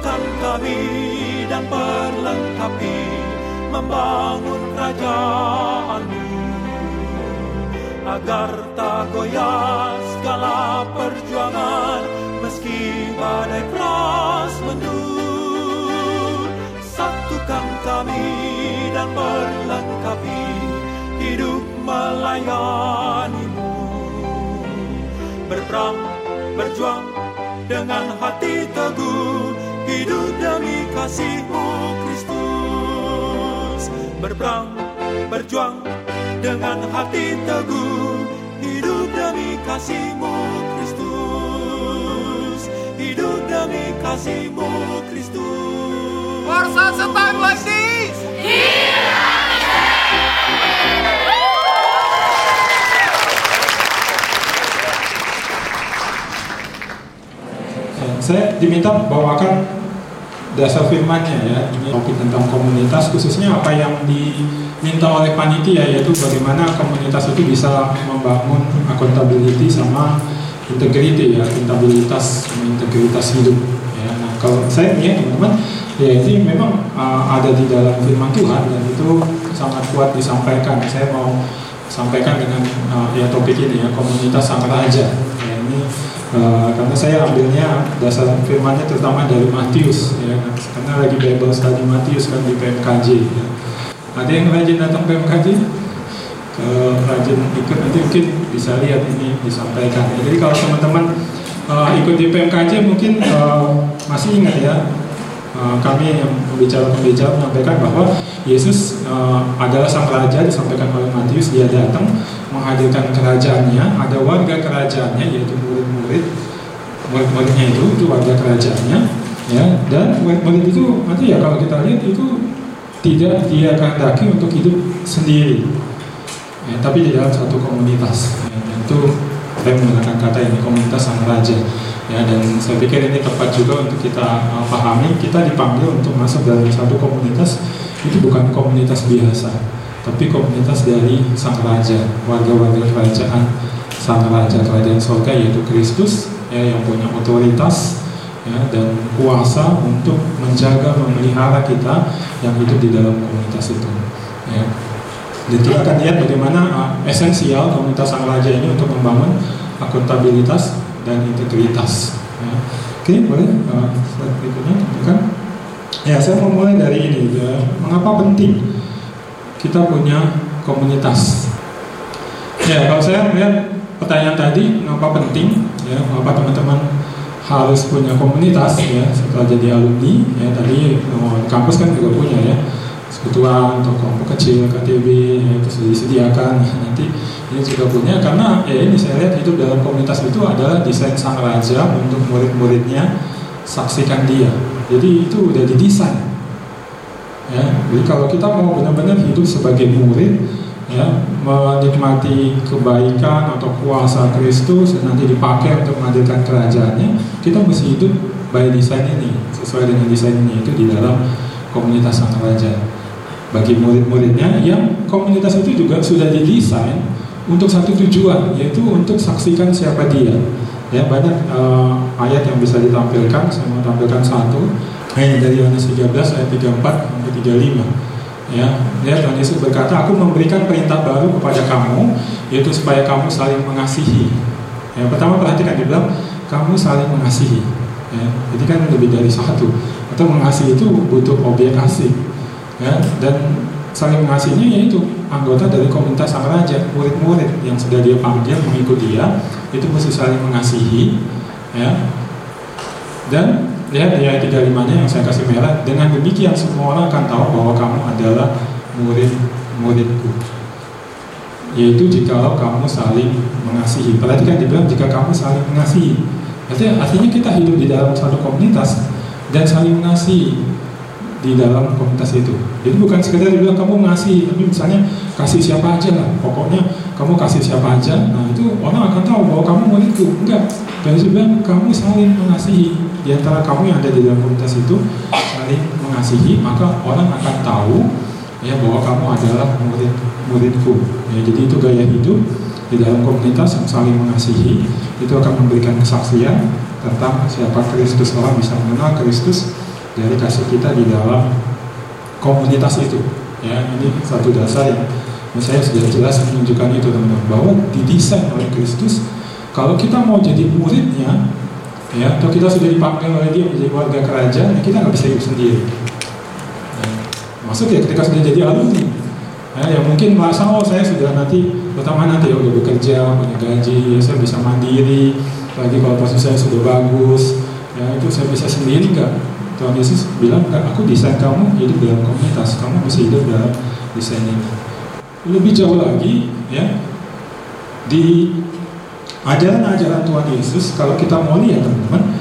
satukan kami dan perlengkapi, membangun kerajaan-Mu, agar tak goyah segala perjuangan, meski badai keras mendung. Satukan kami dan perlengkapi, hidup melayani-Mu, berperang, berjuang dengan hati teguh, hidup demi kasih-Mu Kristus. Berperang, berjuang dengan hati teguh, hidup demi kasih-Mu Kristus, hidup demi kasih-Mu Kristus. Warsaw time like this. Saya diminta bawakan dasar firman-Nya ya. Ini topik tentang komunitas, khususnya apa yang diminta oleh panitia, yaitu bagaimana komunitas itu bisa membangun accountability sama integrity ya, integritas hidup ya. Nah, kalau saya lihat teman-teman, ya itu memang ada di dalam firman Tuhan dan itu sangat kuat disampaikan. Saya mau sampaikan dengan ya topik ini ya, komunitas sang raja ya. Ini karena saya ambilnya dasar firmannya terutama dari Matius ya, karena lagi Bible study Matius kan di PMKJ ya. Ada yang rajin datang PMKJ? Rajin ikut, nanti mungkin bisa lihat ini disampaikan ya. Jadi kalau teman-teman ikut di PMKJ mungkin masih ingat ya, kami yang pembicara menyampaikan bahwa Yesus adalah sang raja, disampaikan oleh Matius. Dia datang menghadirkan kerajaannya, ada warga kerajaannya yaitu murid-muridnya itu warga kerajaannya ya. Dan murid-murid itu nanti ya kalau kita lihat itu tidak dia kehendaki untuk hidup sendiri ya, tapi di dalam satu komunitas ya. Itu saya menggunakan kata ini, komunitas sang raja ya. Dan saya pikir ini tepat juga untuk kita pahami, kita dipanggil untuk masuk dalam satu komunitas. Itu bukan komunitas biasa, tapi komunitas dari sang raja, warga-warga kerajaan sang raja, kerajaan surga yaitu Kristus ya, yang punya otoritas ya, dan kuasa untuk menjaga, memelihara kita yang hidup di dalam komunitas itu ya. Dan kita akan lihat bagaimana esensial komunitas sang raja ini untuk membangun akuntabilitas dan integritas ya. Oke, boleh slide berikutnya kan? Ya, saya mau mulai dari ini ya. Mengapa penting kita punya komunitas? Ya, kalau saya melihat pertanyaan tadi, mengapa penting ya, mengapa teman-teman harus punya komunitas ya setelah jadi alumni ya. Tadi kampus kan juga punya ya, sekutuan atau kelompok kecil KTB ya, itu sudah disediakan ya. Nanti ini juga punya, karena ya ini saya lihat hidup dalam komunitas itu adalah desain sang raja untuk murid-muridnya saksikan dia. Jadi itu udah didesain ya. Jadi kalau kita mau benar-benar hidup sebagai murid ya, menikmati kebaikan atau kuasa Kristus dan nanti dipakai untuk menghadirkan kerajaannya, kita mesti hidup by design ini, sesuai dengan desain ini, itu di dalam komunitas sang raja. Bagi murid-muridnya, yang komunitas itu juga sudah didesain untuk satu tujuan, yaitu untuk saksikan siapa dia ya. Banyak ayat yang bisa ditampilkan, saya mau tampilkan satu dari Yohanes 13 ayat 34 sampai 35 ya. Tuhan Yesus berkata, aku memberikan perintah baru kepada kamu, yaitu supaya kamu saling mengasihi ya. Pertama perhatikan, dia bilang kamu saling mengasihi ya. Jadi kan lebih dari satu, atau mengasihi itu butuh objek kasih ya. Dan saling mengasihinya yaitu anggota dari komunitas sang raja, murid-murid yang sudah dia panggil mengikut dia, itu mesti saling mengasihi ya. Dan lihat di ayat 35-nya yang saya kasih merah, dengan demikian semua orang akan tahu bahwa kamu adalah murid-muridku, yaitu jikalau kamu saling mengasihi. Perhatikan dibilang jika kamu saling mengasihi, artinya kita hidup di dalam satu komunitas dan saling mengasihi di dalam komunitas itu. Jadi bukan sekedar dibilang kamu mengasihi, tapi misalnya kasih siapa aja lah, pokoknya kamu kasih siapa aja, nah itu orang akan tahu bahwa kamu muridku. Enggak, dan bilang kamu saling mengasihi. Di antara kamu yang ada di dalam komunitas itu saling mengasihi, maka orang akan tahu ya bahwa kamu adalah muridku ya. Jadi itu gaya hidup di dalam komunitas yang saling mengasihi, itu akan memberikan kesaksian tentang siapa Kristus. Orang bisa mengenal Kristus dari kasih kita di dalam komunitas itu. Ya, ini satu dasar yang saya sudah jelas menunjukkan itu teman-teman, bahwa didesain oleh Kristus. Kalau kita mau jadi muridnya, ya, atau kita sudah dipanggil oleh Dia menjadi warga kerajaan, ya kita nggak bisa hidup sendiri. Ya, maksud ya ketika sudah jadi alumni, ya mungkin merasa saya sudah nanti, pertama nanti udah bekerja, punya gaji, ya, saya bisa mandiri. Lagi kalau posisi saya sudah bagus, ya itu saya bisa sendiri nggak? Tuhan Yesus bilang, aku desain kamu hidup dalam komunitas, kamu bisa hidup dalam desain ini. Lebih jauh lagi, ya, di ajaran-ajaran Tuhan Yesus, kalau kita mau lihat teman-teman,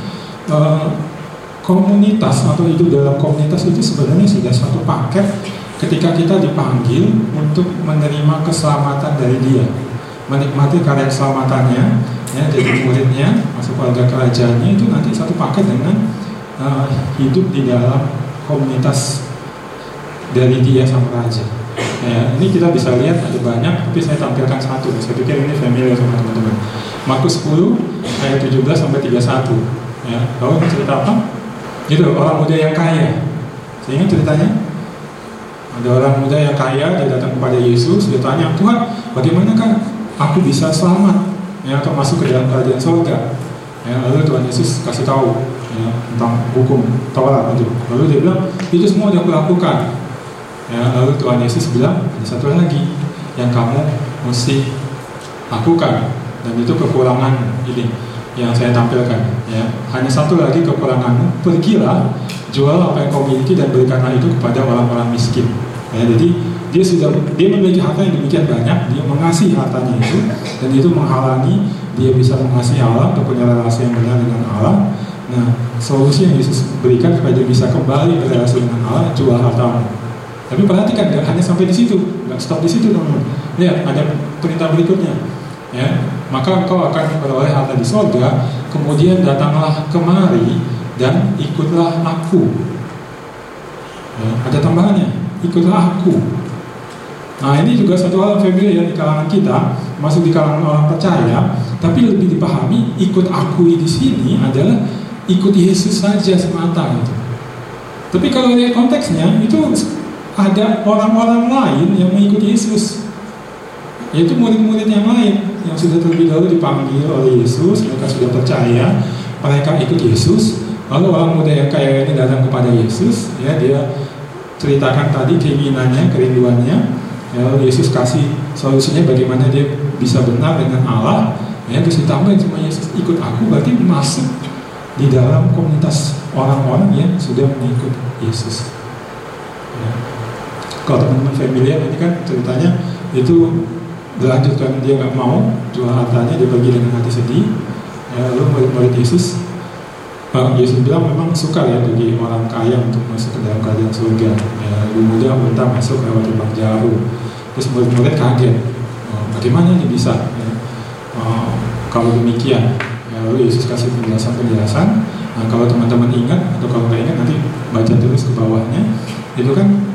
komunitas atau hidup dalam komunitas itu sebenarnya sudah satu paket ketika kita dipanggil untuk menerima keselamatan dari Dia, menikmati karya keselamatannya, ya, jadi muridnya, masuk warga kerajaannya, itu nanti satu paket dengan hidup di dalam komunitas dari Dia sang Raja. Ya, ini kita bisa lihat ada banyak, tapi saya tampilkan satu. Saya pikir ini familiar sama teman-teman. Markus 10 ayat 17 sampai 31. Ya, tahu ini cerita apa? Itu orang muda yang kaya. Saya ingat ceritanya. Ada orang muda yang kaya, dia datang kepada Yesus, dia tanya, Tuhan, bagaimanakah aku bisa selamat, ya, atau masuk ke dalam kerajaan surga? Ya, lalu Tuhan Yesus kasih tahu, ya, tentang hukum Taurat itu. Lalu dia bilang, itu semua yang aku lakukan. Ya, lalu Tuhan Yesus bilang, ada satu lagi yang kamu mesti lakukan, dan itu kekurangan ini yang saya tampilkan. Ya, hanya satu lagi kekuranganmu, pergilah, jual apa yang kau miliki dan berikanlah itu kepada orang-orang miskin. Ya, jadi dia memiliki harta yang demikian banyak, dia mengasihi hartanya itu, dan itu menghalangi dia bisa mengasihi Allah atau punya relasi yang benar dengan Allah. Nah, solusi yang Yesus berikan supaya dia bisa kembali berrelasi dengan Allah, jual hartamu. Tapi perhatikan, gak hanya sampai di situ, gak stop di situ teman-teman. Lihat, ada perintah berikutnya. Ya, maka engkau akan beroleh harta di surga. Kemudian datanglah kemari dan ikutlah aku. Ya, ada tambahannya, ikutlah aku. Nah, ini juga satu hal familiar di kalangan kita, masuk di kalangan orang percaya. Tapi lebih dipahami, ikut aku di sini adalah ikut Yesus saja semata gitu. Tapi kalau lihat konteksnya, itu ada orang-orang lain yang mengikuti Yesus, yaitu murid-murid yang lain yang sudah terlebih dahulu dipanggil oleh Yesus, mereka sudah percaya, mereka ikut Yesus. Lalu orang muda yang kaya ini datang kepada Yesus, ya, dia ceritakan tadi keinginannya, kerinduannya, ya, lalu Yesus kasih solusinya bagaimana dia bisa benar dengan Allah, ya, terus ditambahin sama Yesus, ikut aku, berarti masuk di dalam komunitas orang-orang yang sudah mengikut Yesus. Ya. Kalau teman-teman familiar, ini kan ceritanya itu berlanjut kan, dia nggak mau jual hartanya, dia pergi dengan hati sedih. Ya, lalu murid-murid Yesus bilang memang suka ya bagi orang kaya untuk masuk ke dalam kerajaan surga. Ya, lebih mudah minta masuk lewat gerbang jauh. Terus murid-murid kaget, bagaimana ini bisa? Ya, kalau demikian, ya, lalu Yesus kasih penjelasan. Nah, kalau teman-teman ingat atau kalau nggak ingat nanti baca terus ke bawahnya. Itu kan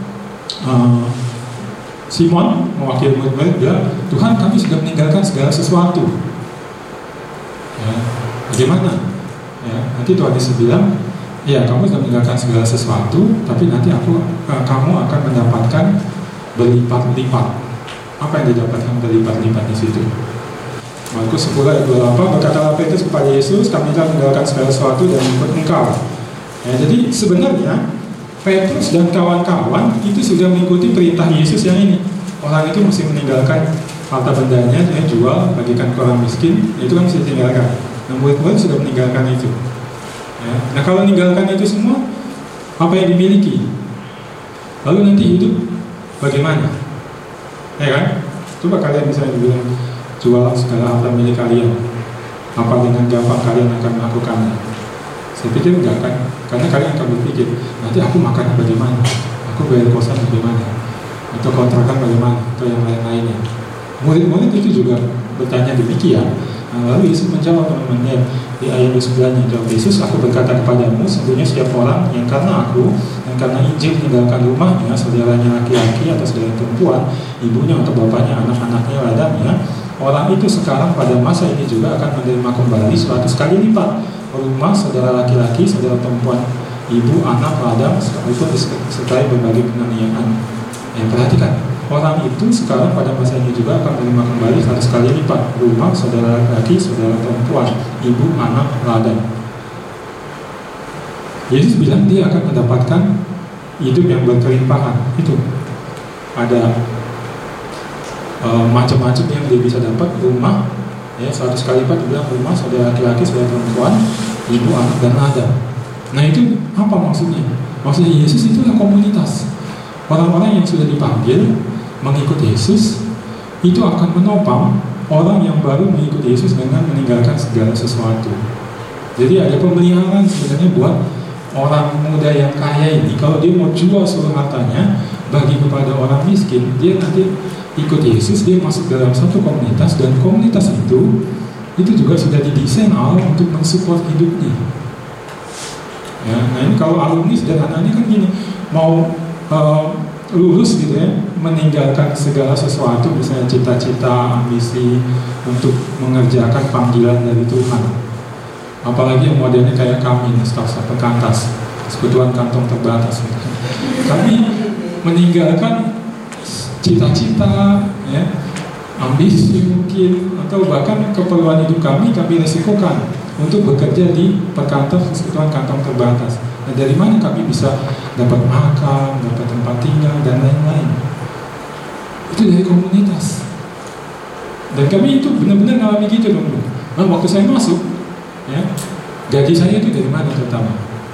Simon mewakili murid-murid bilang, Tuhan, kami sudah meninggalkan segala sesuatu. Ya, bagaimana? Ya, nanti Tuhan Yesus bilang, ya, kamu sudah meninggalkan segala sesuatu, tapi nanti kamu akan mendapatkan berlipat-lipat. Apa yang didapatkan berlipat-lipat di situ? Markus 10 ayat 28, berkatalah Petrus kepada Yesus, kami telah meninggalkan segala sesuatu dan ikut Engkau. Ya, jadi sebenarnya Petrus dan kawan-kawan itu sudah mengikuti perintah Yesus yang ini. Orang itu mesti meninggalkan harta bendanya, dia jual, bagikan ke orang miskin, itu kan mesti ditinggalkan. Nah, murid-murid sudah meninggalkan itu. Ya. Nah, kalau meninggalkan itu semua, apa yang dimiliki? Lalu nanti hidup bagaimana? Ya kan? Coba kalian misalnya dibilang, jual segala harta milik kalian, apa dengan gampang kalian akan melakukannya? Saya pikir enggak kan, karena kalian akan berpikir, nanti aku makan bagaimana, aku bayar kosan bagaimana, atau kontrakan bagaimana, atau yang lain-lainnya. Murid-murid itu juga bertanya demikian. Nah, lalu Yesus menjawab teman-temannya di ayat 9, jawab Yesus, aku berkata kepadamu, sesungguhnya setiap orang yang karena aku dan karena Injil meninggalkan rumahnya, saudaranya laki-laki atau saudara perempuan, ibunya atau bapaknya, anak-anaknya, ladangnya, orang itu sekarang pada masa ini juga akan menerima kembali 100 kali lipat rumah, saudara laki-laki, saudara perempuan ibu, anak, ladang, sekalipun disertai berbagai penganiayaan. Perhatikan, orang itu sekarang pada masa ini juga akan menerima kembali 100 kali lipat rumah, saudara laki, saudara perempuan, ibu, anak, ladang. Yesus bilang dia akan mendapatkan hidup yang berkelimpahan. Itu ada macam-macam yang dia bisa dapat, rumah, 100 kali lipat dibilang rumah, saudara laki-laki, saudara perempuan, ibu, anak, dan ladang. Nah itu apa maksudnya? Maksudnya Yesus itulah komunitas. Orang-orang yang sudah dipanggil mengikut Yesus itu akan menopang orang yang baru mengikut Yesus dengan meninggalkan segala sesuatu. Jadi ada pemeliharaan sebenarnya buat orang muda yang kaya ini. Kalau dia mau jual seluruh hartanya bagi kepada orang miskin, dia nanti ikut Yesus, dia masuk dalam satu komunitas, dan komunitas itu juga sudah didesain Allah untuk mensupport hidupnya. Nah ini kalau alumni sederhananya kan gini, mau lulus gitu ya, meninggalkan segala sesuatu, misalnya cita-cita, ambisi untuk mengerjakan panggilan dari Tuhan. Apalagi yang modelnya kayak kami, staf-staf perkantas, Persekutuan Kantong Terbatas gitu. Kami meninggalkan cita-cita, ambisi mungkin, atau bahkan keperluan hidup kami resikokan untuk bekerja di perkantas Persekutuan Kantong Terbatas. Nah, dari mana kami bisa dapat makan, dapat tempat tinggal, dan lain-lain? Itu dari komunitas. Dan kami itu benar-benar ngalami gitu dong. Nah, waktu saya masuk, gaji saya itu dari mana terutama?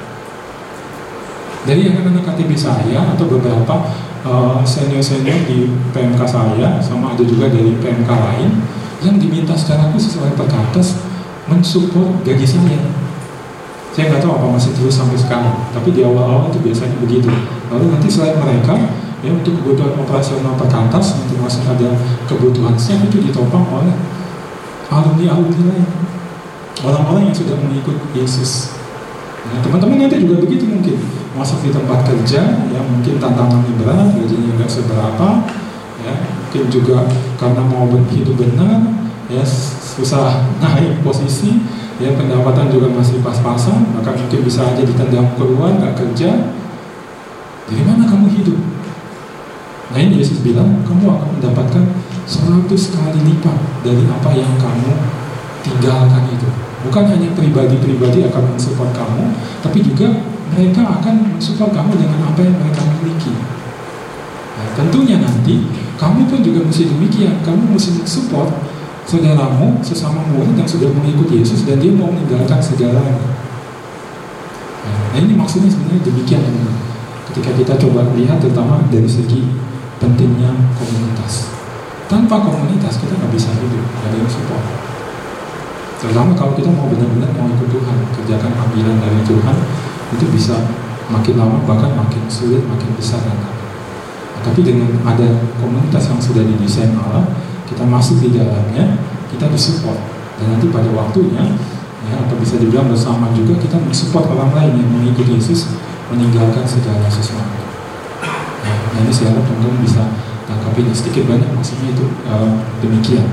Dari anak-anak KTB saya atau beberapa senior-senior di PMK saya, sama ada juga dari PMK lain yang diminta secara khusus oleh perkantas mensupport gaji saya. Saya nggak tahu apa masih terus sampai sekarang, tapi di awal-awal itu biasanya begitu. Lalu nanti selain mereka, untuk kebutuhan operasional perkantas, yang termasuk ada kebutuhan staff, itu ditopang oleh alumni-alumni lain, orang-orang yang sudah mengikut Yesus. Nah, teman-teman nanti juga begitu mungkin, masuk di tempat kerja, mungkin tantangannya berat, gajinya nggak seberapa, mungkin juga karena mau hidup benar, susah naik posisi, pendapatan juga masih pas-pasan, maka mungkin bisa aja ditendang keluar, nggak kerja. Dari mana kamu hidup? Nah ini Yesus bilang, kamu akan mendapatkan 100 kali lipat dari apa yang kamu tinggalkan itu. Bukan hanya pribadi-pribadi akan mensupport kamu, tapi juga mereka akan mensupport kamu dengan apa yang mereka miliki. Nah, tentunya nanti kamu pun juga mesti demikian. Kamu mesti mensupport saudaramu, sesama murid yang sudah mengikuti Yesus dan dia mau meninggalkan segalanya. Nah ini maksudnya sebenarnya demikian, teman-teman. Ketika kita coba lihat terutama dari segi pentingnya komunitas. Tanpa komunitas kita nggak bisa hidup, nggak ada yang support. Terutama kalau kita mau benar-benar mau ikut Tuhan, kerjakan panggilan dari Tuhan, itu bisa makin lama bahkan makin sulit, makin besar nanti. Tapi dengan ada komunitas yang sudah didesain Allah, kita masuk di dalamnya, kita disupport, dan nanti pada waktunya, atau bisa dibilang bersama juga kita mensupport orang lain yang mengikuti Yesus meninggalkan segala sesuatu. Nah ini saya harap teman-teman bisa tangkap ini sedikit banyak, maksudnya itu demikian.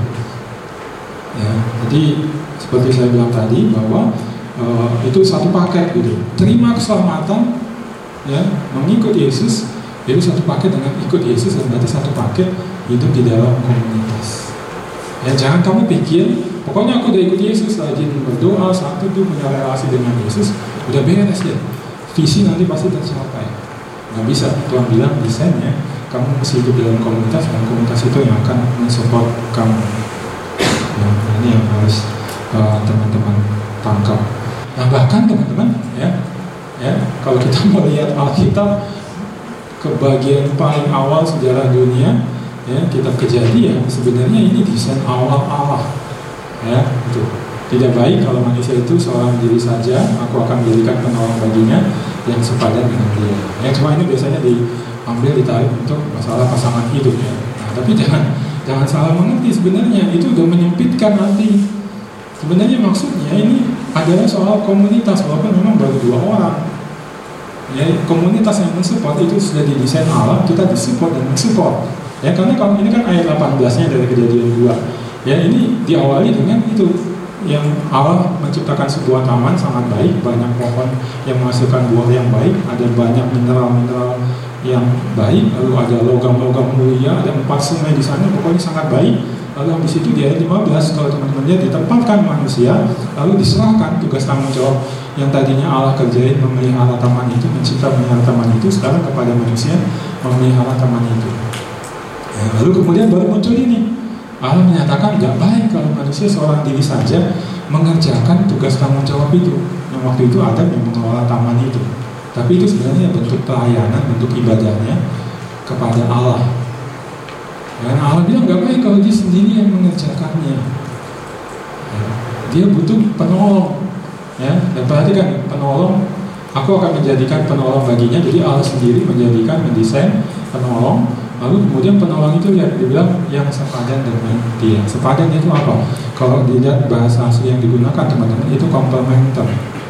Jadi seperti saya bilang tadi bahwa itu satu paket gitu, terima keselamatan, mengikut Yesus. Itu satu paket dengan ikut Yesus, dan berarti satu paket hidup di dalam komunitas. Jangan kamu pikir, pokoknya aku udah ikut Yesus, rajin berdoa, satu tuh punya relasi dengan Yesus, udah beres deh, visi nanti pasti tercapai. Nggak bisa. Tuhan bilang desainnya, kamu mesti hidup dalam komunitas, dan komunitas itu yang akan mensupport kamu. Ini yang harus teman-teman tangkap. Nah bahkan teman-teman, kalau kita mau lihat Alkitab, ke bagian paling awal sejarah dunia, kitab Kejadian, sebenarnya ini desain awal Allah. Itu tidak baik kalau manusia itu seorang diri saja, aku akan menjadikan penolong baginya yang sepadan dengan dia. Cuma ini biasanya diambil, ditarik untuk masalah pasangan hidup. Nah, tapi jangan salah mengerti, sebenarnya itu udah menyempitkan nanti. Sebenarnya maksudnya ini adalah soal komunitas, walaupun memang baru 2 orang. Komunitas yang mensupport itu sudah didesain Allah, kita disupport dan mensupport. Karena kalau ini kan ayat 18-nya dari Kejadian 2. Ini diawali dengan itu, yang Allah menciptakan sebuah taman sangat baik, banyak pohon yang menghasilkan buah yang baik, ada banyak mineral-mineral yang baik, lalu ada logam-logam mulia, ada 4 sungai di sana, pokoknya sangat baik. Lalu habis itu di ayat 15, kalau teman-teman lihat, ditempatkan manusia, lalu diserahkan tugas tanggung jawab yang tadinya Allah kerjain memelihara taman itu, mencipta memelihara taman itu, sekarang kepada manusia memelihara taman itu. Ya, lalu kemudian baru muncul ini, Allah menyatakan gak baik kalau manusia seorang diri saja mengerjakan tugas tanggung jawab itu. Yang waktu itu Adam yang mengelola taman itu, tapi itu sebenarnya bentuk pelayanan, bentuk ibadahnya kepada Allah. Dan Allah bilang gak baik kalau dia sendiri yang mengerjakannya. Ya, dia butuh penolong. Ya, dan perhatikan, penolong, aku akan menjadikan penolong baginya. Jadi Allah sendiri mendesain penolong. Lalu kemudian penolong itu dia bilang yang sepadan dengan dia. Sepadan itu apa? Kalau dilihat bahasa asli yang digunakan teman-teman, itu komplementer.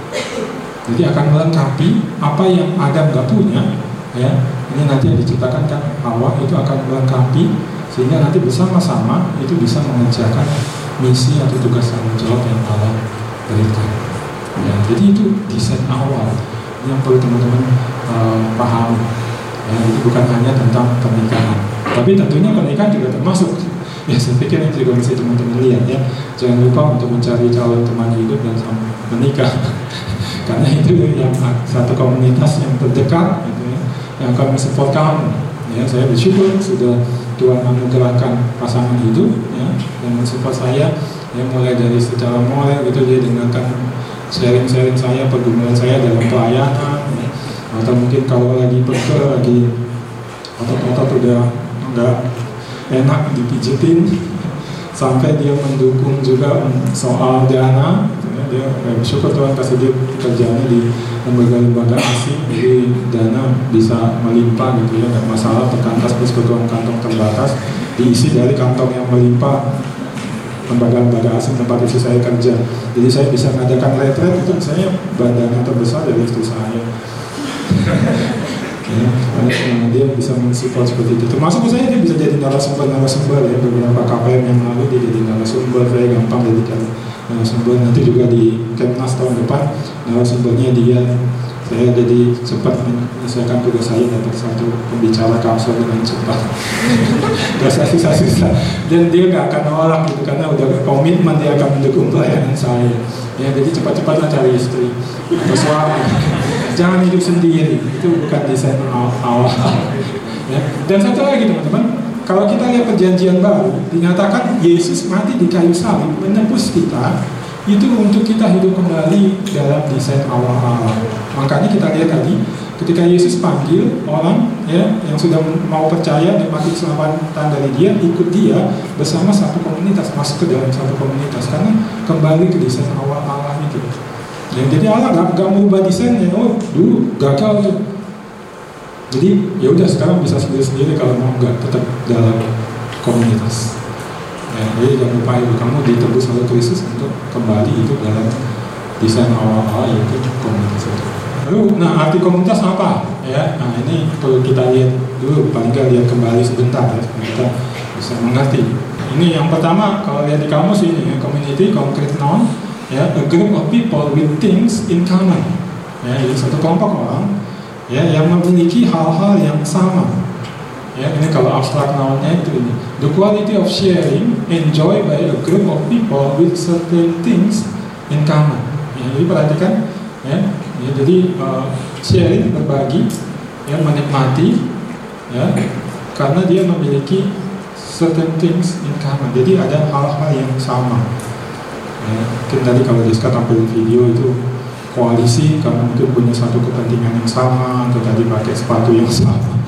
Jadi akan melengkapi apa yang Adam gak punya. Ya, ini nanti yang diciptakan kan Hawa, itu akan melengkapi sehingga nanti bersama-sama itu bisa mengerjakan misi atau tugas tanggung jawab yang Allah berikan. Ya, jadi itu desain awal yang perlu teman-teman pahami. Ya, itu bukan hanya tentang pernikahan, tapi tentunya pernikahan juga termasuk. Ya, saya pikir ini juga mesti teman-teman lihat ya. Jangan lupa untuk mencari calon teman hidup dan menikah, karena itu yang satu komunitas yang terdekat, gitu ya, yang akan mensupport kamu. Ya, saya bersyukur sudah Tuhan anugerahkan pasangan hidup, ya, yang mensupport saya, ya, mulai dari secara moral gitu, dia dengarkan sharing-sharing saya, pergumulan saya dalam pelayanan, ya. Atau mungkin kalau lagi pegel, lagi otot-otot udah nggak enak dipijetin, sampai dia mendukung juga soal dana. Dia bersyukur Tuhan kasih dia kerjaannya di lembaga-lembaga asing, jadi dana bisa melimpah gitu ya, nggak masalah. Perkantas plus ketua kantong terbatas diisi dari kantong yang melimpah lembaga-lembaga asing tempat istri saya kerja. Jadi saya bisa mengadakan retret itu, saya bandana terbesar dari istri saya. Ya, dia bisa mensupport seperti itu. Termasuk saya dia bisa jadi narasumber ya, beberapa KPM yang lalu dia jadi narasumber, saya gampang jadikan narasumber. Nanti juga di Kemnas tahun depan narasumbernya dia. Saya jadi cepat menyelesaikan tugas saya, dapat satu pembicara kapsul dengan cepat. Gak susah-susah. Dan dia gak akan nolak gitu, karena udah komitmen dia akan mendukung pelayanan saya. Ya, jadi cepat-cepatlah cari istri atau suami. Jangan hidup sendiri, itu bukan desain awal. Ya. Dan satu lagi teman-teman, kalau kita lihat perjanjian baru, dinyatakan Yesus mati di kayu salib menebus kita, itu untuk kita hidup kembali dalam desain awal Allah. Makanya kita lihat tadi, ketika Yesus panggil orang ya, yang sudah mau percaya dan mati keselamatan dari dia, ikut dia bersama satu komunitas, masuk ke dalam satu komunitas, karena kembali ke desain awal Allah itu. Ya, jadi Allah gak merubah desainnya. Oh, dulu gagal tuh. Jadi ya udah, sekarang bisa sendiri-sendiri kalau mau, nggak tetap dalam komunitas. Ya, jadi jangan lupa itu, kamu ditebus oleh Kristus untuk kembali itu dalam desain awal-awal, yaitu komunitas itu. Lalu, nah arti komunitas apa? Ya, nah ini perlu kita lihat dulu, paling nggak lihat kembali sebentar ya, supaya kita bisa mengerti. Ini yang pertama, kalau lihat di kamus ini ya, community, concrete noun. Ya, a group of people with things in common. Ya, jadi satu kelompok orang ya yang memiliki hal-hal yang sama. Ya, ini kalau abstrak nounnya itu ini. The quality of sharing enjoyed by a group of people with certain things in common. Ya, jadi perhatikan ya, jadi sharing, berbagi, ya, menikmati, ya, karena dia memiliki certain things in common. Jadi ada hal-hal yang sama. Ya, mungkin tadi kalau Jessica tampil video itu koalisi karena mungkin punya satu kepentingan yang sama, atau tadi pakai sepatu yang sama,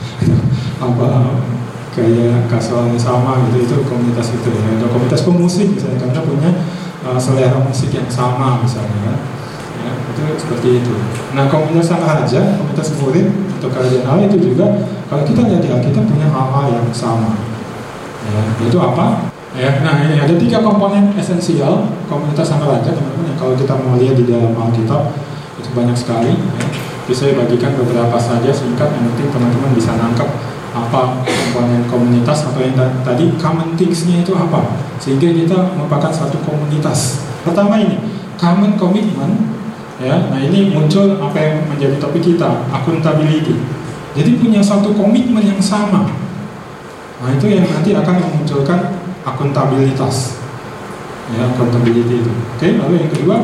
apa kayak kasualnya sama gitu, itu komunitas itu ya. Ada komunitas pemusik misalnya karena punya selera musik yang sama misalnya, ya, itu seperti itu. Nah, komunitas anak raja, komunitas murid atau kerajaan Allah itu juga kalau kita lihat di Alkitab punya hal-hal yang sama. Ya, itu apa? Ya, nah ini ada 3 komponen esensial komunitas anak raja teman-teman. Ya, kalau kita mau lihat di dalam Alkitab itu banyak sekali. Ya. Jadi saya bagikan beberapa saja singkat, yang penting teman-teman bisa nangkep apa komponen komunitas atau yang tadi common things-nya itu apa, sehingga kita merupakan satu komunitas. Pertama ini common commitment, ya. Nah ini muncul apa yang menjadi topik kita, accountability. Jadi punya satu komitmen yang sama. Nah itu yang nanti akan memunculkan akuntabilitas, ya, accountability itu. Oke, lalu yang kedua,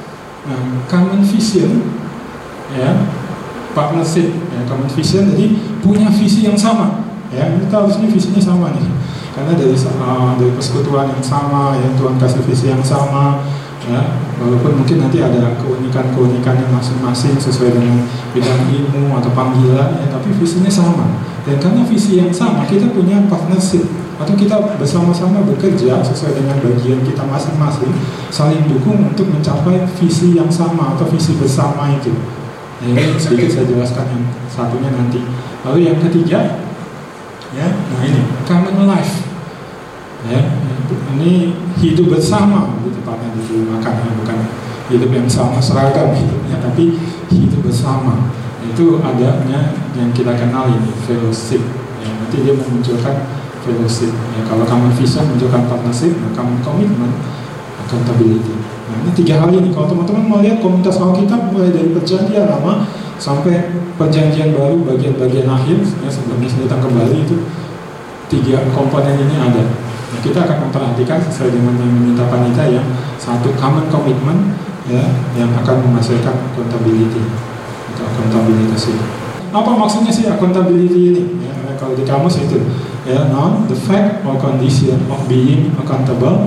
common vision, ya, partnership, ya, common vision. Jadi punya visi yang sama, ya. Kita harusnya visinya sama nih, karena dari persekutuan yang sama, ya, Tuhan kasih visi yang sama, ya. Walaupun mungkin nanti ada keunikan-keunikannya masing-masing sesuai dengan bidang ilmu atau panggilan, ya, tapi visinya sama. Dan karena visi yang sama, kita punya partnership, atau kita bersama-sama bekerja sesuai dengan bagian kita masing-masing, saling dukung untuk mencapai visi yang sama atau visi bersama itu. Ini sedikit saya jelaskan yang satunya nanti. Lalu yang ketiga, ya, nah ini common life, ya, ini hidup bersama, itu tepatnya diterjemahkan, ya, bukan hidup yang sama seragam hidupnya, tapi hidup bersama. Itu adanya yang kita kenal ini fellowship, ya, nanti dia memunculkan fellowship, ya. Kalau common vision munculkan partnership, nah, common commitment, accountability. Nah ini tiga hal ini. Kalau teman-teman mau lihat komunitas Alkitab mulai dari perjanjian lama sampai perjanjian baru bagian-bagian akhir, ya, sebelum Yesus datang kembali, itu tiga komponen ini ada. Nah, kita akan memperhatikan sesuai dengan yang meminta panitia, yang satu common commitment, ya, yang akan menghasilkan accountability atau accountabilitas itu. Apa maksudnya sih accountability ini? Ya, kalau di kamus itu, ya, the fact or condition of being accountable,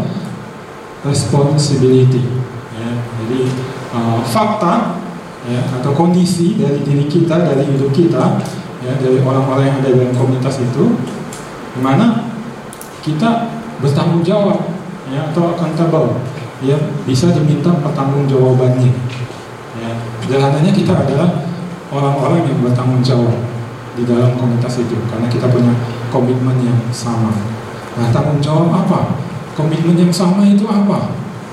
responsibility, ya. Jadi fakta, ya, atau kondisi dari diri kita, dari hidup kita, ya, dari orang-orang yang ada dalam komunitas itu, di mana kita bertanggung jawab, ya, atau accountable, ya, bisa diminta pertanggungjawabannya, ya. Jalanannya kita adalah orang-orang yang bertanggung jawab di dalam komunitas itu, karena kita punya komitmen yang sama. Nah, tanggung jawab apa? Komitmen yang sama itu apa?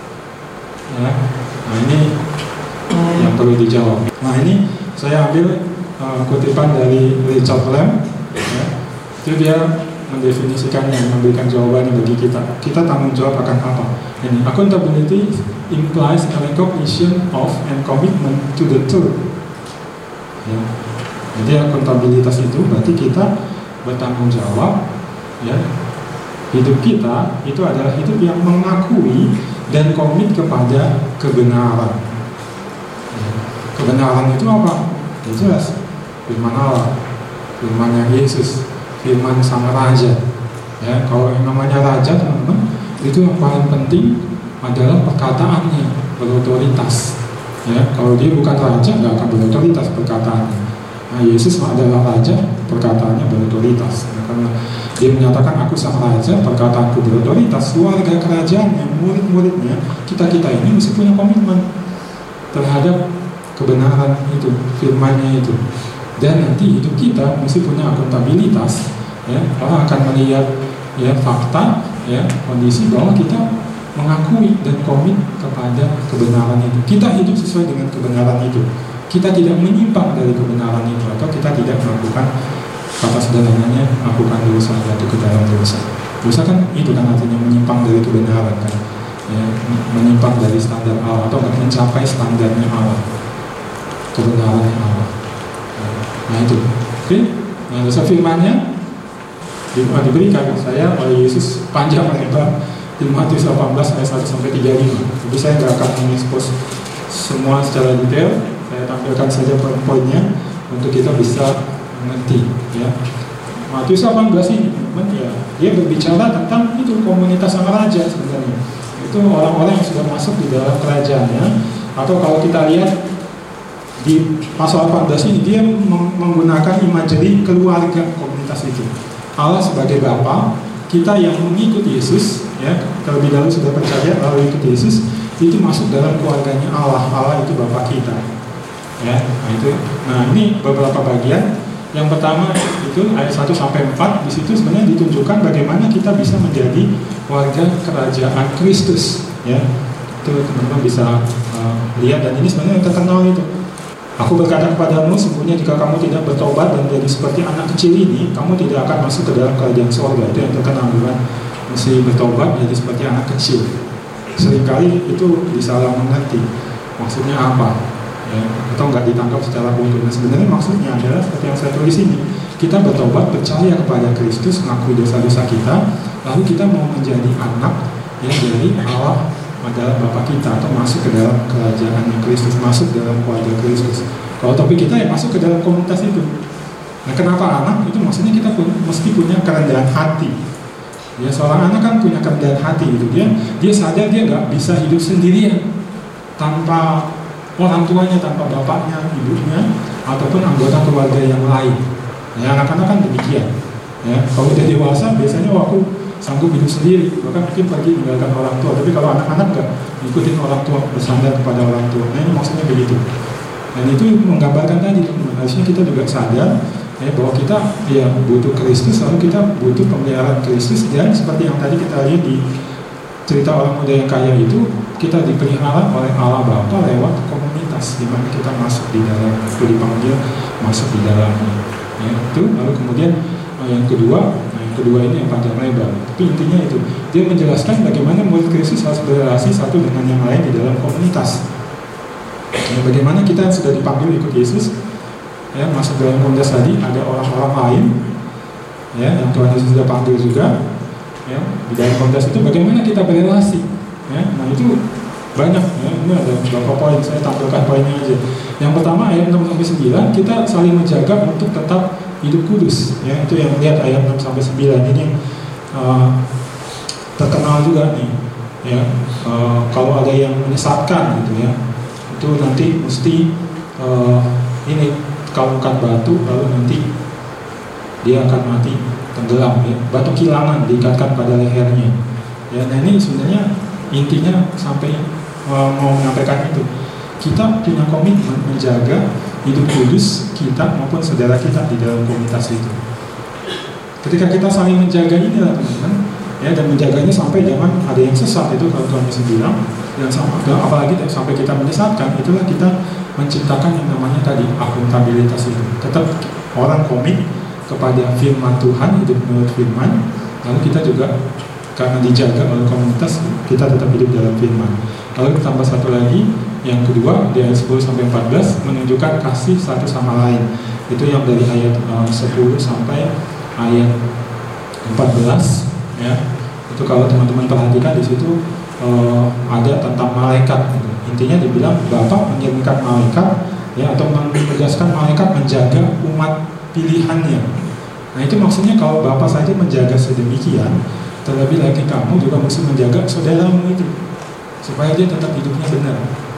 Ya, nah ini yang perlu dijawab. Nah ini saya ambil kutipan dari Richard Lamb, ya. Itu dia mendefinisikannya, memberikan jawabannya bagi kita. Kita tanggung jawab akan apa? Ini accountability implies a recognition of and commitment to the truth. Ya. Jadi akuntabilitas itu berarti kita bertanggung jawab, ya. Hidup kita itu adalah hidup yang mengakui dan komit kepada kebenaran. Ya. Kebenaran itu apa? Ya jelas, firman Allah, firman Yesus, firman Sang Raja. Ya, kalau yang namanya raja, teman-teman, itu yang paling penting adalah perkataannya berotoritas. Ya, kalau dia bukan raja, nggak akan berotoritas perkataannya. Nah, Yesus adalah raja, perkataannya berotoritas. Nah, karena dia menyatakan aku sang raja, perkataanku berotoritas. Warga kerajaannya, murid-muridnya, kita ini mesti punya komitmen terhadap kebenaran itu, firman-Nya itu. Dan nanti hidup kita mesti punya akuntabilitas. Ya, orang akan melihat, ya, fakta, ya, kondisi bahwa kita mengakui dan komit kepada kebenaran itu. Kita hidup sesuai dengan kebenaran itu. Kita tidak menyimpang dari kebenaran itu, atau kita tidak melakukan, kata sederhananya, melakukan dosa, yaitu ke dalam dosa. Dosa kan itu kan artinya menyimpang dari kebenaran kan, ya, menyimpang dari standar Allah atau mencapai standarnya Allah, kebenarannya Allah. Nah itu, oke. Nah dosa firman-Nya diberikan saya oleh Yesus panjang lebar di Matius 18 ayat 1 sampai 35. Jadi saya nggak akan mengekspos semua secara detail. Saya tampilkan saja poin-poinnya untuk kita bisa mengerti, ya. Matius 18 ini, ya, dia berbicara tentang itu komunitas sang raja sebenarnya. Itu orang-orang yang sudah masuk di dalam kerajaannya. Atau kalau kita lihat di pasal 18 ini, dia menggunakan imagery keluarga komunitas itu. Allah sebagai Bapa, kita yang mengikut Yesus, ya, terlebih dahulu sudah percaya lalu ikut Yesus, itu masuk dalam keluarganya Allah. Allah itu Bapa kita. Ya, nah ini beberapa bagian. Yang pertama itu ayat 1 sampai 4. Di situ sebenarnya ditunjukkan bagaimana kita bisa menjadi warga kerajaan Kristus. Ya, itu teman-teman bisa lihat, dan ini sebenarnya yang terkenal itu. Aku berkata kepadamu, sungguhnya jika kamu tidak bertobat dan jadi seperti anak kecil ini, kamu tidak akan masuk ke dalam kerajaan surga. Itu yang terkenal bukan? Mesti bertobat jadi seperti anak kecil. Seringkali itu disalah mengerti. Maksudnya apa? Ya, atau nggak ditangkap secara utuh. Nah, sebenarnya maksudnya adalah seperti yang saya tulis ini. Kita bertobat, percaya kepada Kristus, mengakui dosa-dosa kita, lalu kita mau menjadi anak yang dari Allah adalah Bapa kita, atau masuk ke dalam kerajaan Kristus, masuk dalam keluarga Kristus. Kalau topik kita ya masuk ke dalam komunitas itu. Nah, kenapa anak? Itu maksudnya kita mesti punya kerendahan hati. Ya, seorang anak kan punya kerendahan hati gitu. Dia sadar dia nggak bisa hidup sendirian tanpa orang tuanya, tanpa bapaknya, ibunya, ataupun anggota keluarga yang lain. Ya, anak-anak kan demikian. Ya, kalau udah dewasa biasanya aku sanggup hidup sendiri, bahkan mungkin pergi meninggalkan orang tua. Tapi kalau anak-anak nggak ikutin orang tua, bersandar kepada orang tua. Nah, ini maksudnya begitu. Dan itu menggambarkan tadi, harusnya kita juga sadar ya, bahwa kita ya butuh Kristus, lalu kita butuh pemeliharaan Kristus. Dan seperti yang tadi kita lihat di cerita orang muda yang kaya itu, kita dipelihara oleh Allah Bapa lewat komunitas, di mana kita masuk di dalam, itu dipanggil masuk di dalamnya. Ya, itu lalu kemudian yang kedua ini yang panjang lebar. Tapi intinya itu, dia menjelaskan bagaimana murid Kristus harus berrelasi satu dengan yang lain di dalam komunitas. Ya, bagaimana kita sudah dipanggil ikut Yesus, ya, masuk dalam komunitas tadi, ada orang-orang lain, ya, yang Tuhan Yesus sudah panggil juga, ya, di dalam komunitas itu bagaimana kita berrelasi. Ya, nah itu banyak, ya, ini ada beberapa poin, saya tampilkan poinnya aja. Yang pertama ayat 6-9, kita saling menjaga untuk tetap hidup kudus, ya, itu yang lihat ayat 6-9 ini terkenal juga nih, ya, kalau ada yang menyesatkan gitu ya, itu nanti mesti ini kalungkan batu lalu nanti dia akan mati tenggelam, ya, batu kilangan diikatkan pada lehernya, ya. Nah ini sebenarnya intinya sampai mau menyampaikan itu, kita punya komitmen menjaga hidup kudus kita maupun saudara kita di dalam komunitas itu. Ketika kita saling menjaga ini lah teman-teman, ya, dan menjaganya sampai jangan ada yang sesat, itu kalau Tuhan Yesus bilang, dan apalagi sampai kita menyesatkan, itulah kita menciptakan yang namanya tadi akuntabilitas itu. Tetap orang komit kepada firman Tuhan, hidup menurut firman, lalu kita juga karena dijaga oleh komunitas, kita tetap hidup dalam firman. Lalu tambah satu lagi, yang kedua di ayat 10-14 menunjukkan kasih satu sama lain. Itu yang dari ayat 10 sampai ayat 14, ya. Itu kalau teman-teman perhatikan di situ ada tentang malaikat. Gitu. Intinya dibilang Bapa mengirimkan malaikat, ya, atau menegaskan malaikat menjaga umat pilihannya. Nah itu maksudnya kalau Bapa saja menjaga sedemikian, terlebih lagi kamu juga mesti menjaga saudaramu itu, supaya dia tetap hidupnya benar.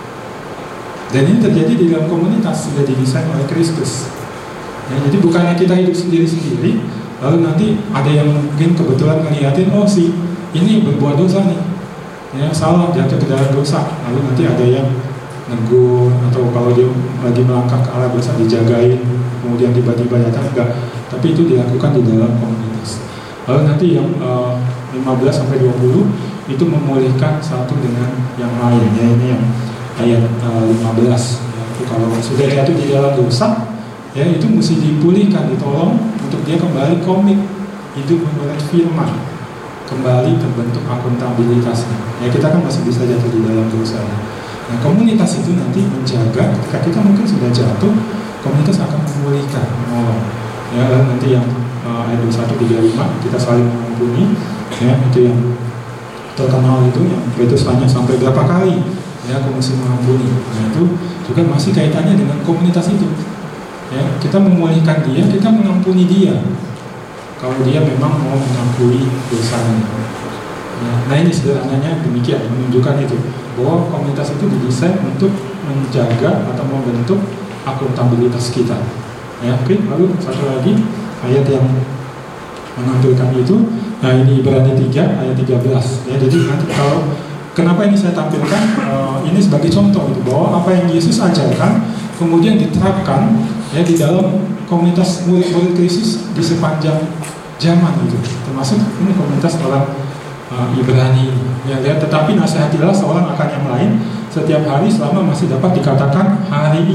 Dan ini terjadi di dalam komunitas, sudah didesain oleh Kristus. Ya, jadi bukannya kita hidup sendiri-sendiri, lalu nanti ada yang mungkin kebetulan ngeliatin, oh si ini berbuat dosa nih, ya, salah, jatuh ke dalam dosa. Lalu nanti ada yang negur, atau kalau dia lagi melangkah ke arah dosa dijagain, kemudian tiba-tiba datang, enggak. Tapi itu dilakukan di dalam komunitas. Lalu nanti yang 15-20 itu memulihkan satu dengan yang lain, ya, ini yang ayat 15, ya, itu kalau sudah jatuh di dalam dosa, ya, itu mesti dipulihkan, ditolong untuk dia kembali komit hidup menurut firman, kembali terbentuk akuntabilitasnya. Ya, kita kan masih bisa jatuh di dalam dosa. Nah, komunitas itu nanti menjaga ketika kita mungkin sudah jatuh, komunitas akan memulihkan, menolong. Ya, nanti yang ayat 21-35 kita saling mengampuni, ya, itu yang terkenal itu yang Petrus tanya sampai berapa kali, ya, aku mesti mengampuni. Nah itu juga masih kaitannya dengan komunitas itu, ya, kita memulihkan dia, kita mengampuni dia kalau dia memang mau mengakui dosanya, ya. Nah ini sederhananya demikian, menunjukkan itu bahwa komunitas itu didesain untuk menjaga atau membentuk akuntabilitas kita, ya. Oke, lalu satu lagi ayat yang menampilkan itu, nah ini Ibrani 3 ayat 13, ya. Jadi nanti kalau kenapa ini saya tampilkan ini sebagai contoh itu, bahwa apa yang Yesus ajarkan kemudian diterapkan, ya, di dalam komunitas murid-murid Kristus di sepanjang zaman itu, termasuk ini komunitas orang Ibrani, ya, lihat, tetapi nasihatilah seorang akan yang lain setiap hari selama masih dapat dikatakan hari ini,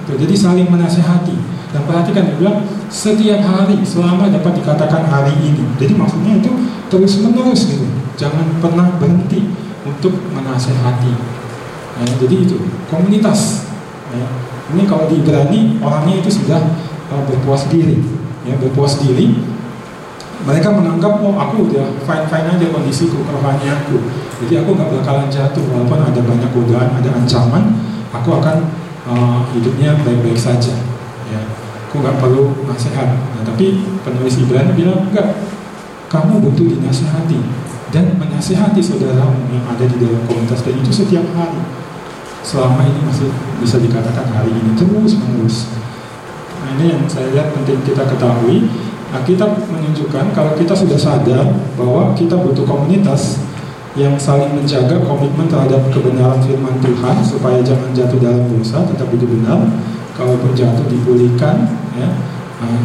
Tuh, jadi saling menasehati. Dan perhatikan dia bilang setiap hari selama dapat dikatakan hari ini. Jadi maksudnya itu terus menerus gitu. Jangan pernah berhenti untuk menasehati. Ya, jadi itu komunitas. Ya. Ini kalau di Ibrani orangnya itu sudah berpuas diri. Ya, berpuas diri. Mereka menganggap aku udah fine aja kondisiku, kerohanianku. Jadi aku nggak bakalan jatuh walaupun ada banyak godaan, ada ancaman. Aku akan hidupnya baik-baik saja. Ya. Aku nggak perlu nasihat. Nah, tapi penulis Ibrani bilang enggak, kamu butuh dinasihati dan menasihati saudaramu yang ada di dalam komunitas, dan itu setiap hari. Selama ini masih bisa dikatakan hari ini terus menerus. Nah, ini yang saya lihat penting kita ketahui. Alkitab menunjukkan kalau kita sudah sadar bahwa kita butuh komunitas yang saling menjaga komitmen terhadap kebenaran firman Tuhan supaya jangan jatuh dalam dosa, tetap hidup benar. Kalaupun jatuh dipulihkan, ya. Nah,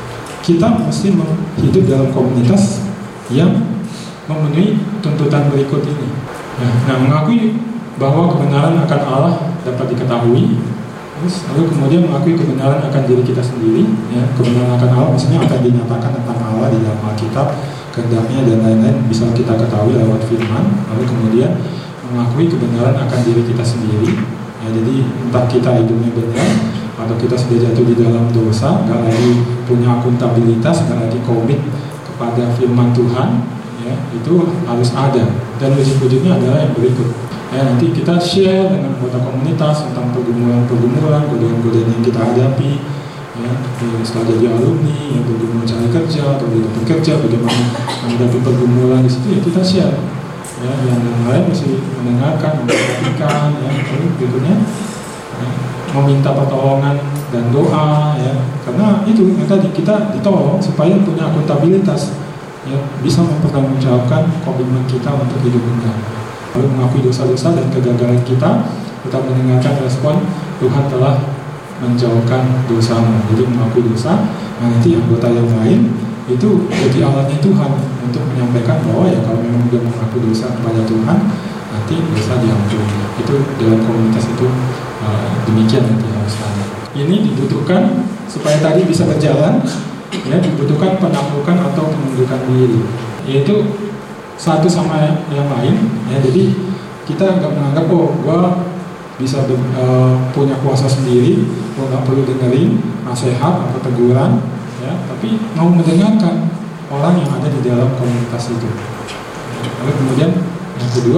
kita mesti hidup dalam komunitas yang memenuhi tuntutan berikut ini. Nah, mengakui bahwa kebenaran akan Allah dapat diketahui, terus lalu kemudian mengakui kebenaran akan diri kita sendiri. Ya, kebenaran akan Allah maksudnya akan dinyatakan tentang Allah di dalam Alkitab, kehendaknya dan lain-lain bisa kita ketahui lewat firman. Lalu kemudian mengakui kebenaran akan diri kita sendiri. Ya, jadi entah kita hidupnya benar atau kita sudah jatuh di dalam dosa, gak lagi punya akuntabilitas, gak lagi komit kepada firman Tuhan, ya, itu harus ada. Dan wujud-wujudnya adalah yang berikut. Ya, nanti kita share dengan anggota komunitas tentang pergumulan, godaan-godaan yang kita hadapi. Ya, setelah jadi alumni, ya, bagaimana cari kerja atau tidak bekerja, bagaimana menghadapi pergumulan di situ, ya kita share. Ya, yang lain mesti mendengarkan, memperhatikan, ya, lalu berikutnya. Ya, meminta pertolongan dan doa, ya, karena itu yang tadi kita ditolong supaya punya akuntabilitas, ya, bisa mempertanggungjawabkan komitmen kita untuk hidup benar, lalu mengakui dosa-dosa dan kegagalan kita, tetap mendengarkan respon Tuhan telah menjauhkan dosamu. Jadi mengakui dosa, nah nanti anggota yang lain itu jadi alatnya Tuhan untuk menyampaikan bahwa ya kalau memang dia mengaku dosa kepada Tuhan, nanti dosa diampuni. Itu dalam komunitas itu demikian nanti harus ada. Ini dibutuhkan supaya tadi bisa berjalan, ya, dibutuhkan penaklukan atau penundukan diri, yaitu satu sama yang lain. Ya, jadi kita nggak menganggap gua bisa punya kuasa sendiri, gua nggak perlu dengerin nasihat atau teguran, ya, tapi mau mendengarkan orang yang ada di dalam komunitas itu. Lalu kemudian yang kedua,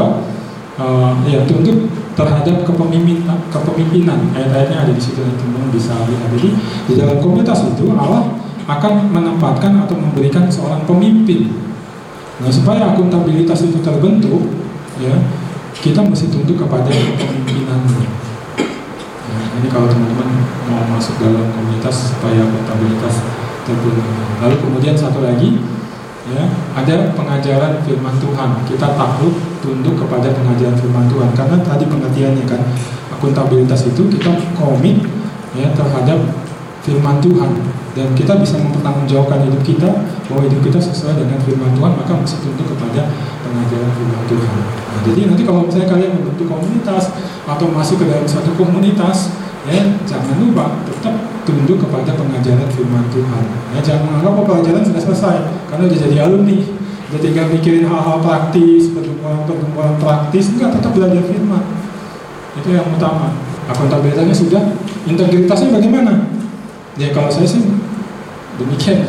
ya, tunduk terhadap kepemimpinan. Ayat-ayatnya ada di situ, teman-teman bisa lihat. Jadi di dalam komunitas itu Allah akan menempatkan atau memberikan seorang pemimpin. Nah, supaya akuntabilitas itu terbentuk, ya, kita mesti tunduk kepada kepemimpinannya. Nah, ini kalau teman-teman mau masuk dalam komunitas supaya akuntabilitas terbentuk. Lalu kemudian satu lagi, ya, ada pengajaran firman Tuhan. Kita takluk tunduk kepada pengajaran firman Tuhan, karena tadi pengertiannya kan akuntabilitas itu kita komit, ya, terhadap firman Tuhan, dan kita bisa mempertanggungjawabkan hidup kita bahwa hidup kita sesuai dengan firman Tuhan, maka mesti tunduk kepada pengajaran firman Tuhan. Nah, jadi nanti kalau misalnya kalian membentuk komunitas atau masuk ke dalam satu komunitas, ya, jangan lupa tetap tunduk kepada pengajaran firman Tuhan. Ya, jangan menganggap pelajaran sudah selesai karena udah jadi alumni, udah tinggal mikirin hal-hal praktis, pergumulan praktis. Enggak, tetap belajar firman. Itu yang utama. Akuntabilitasnya sudah, integritasnya bagaimana? Ya, kalau saya sih demikian.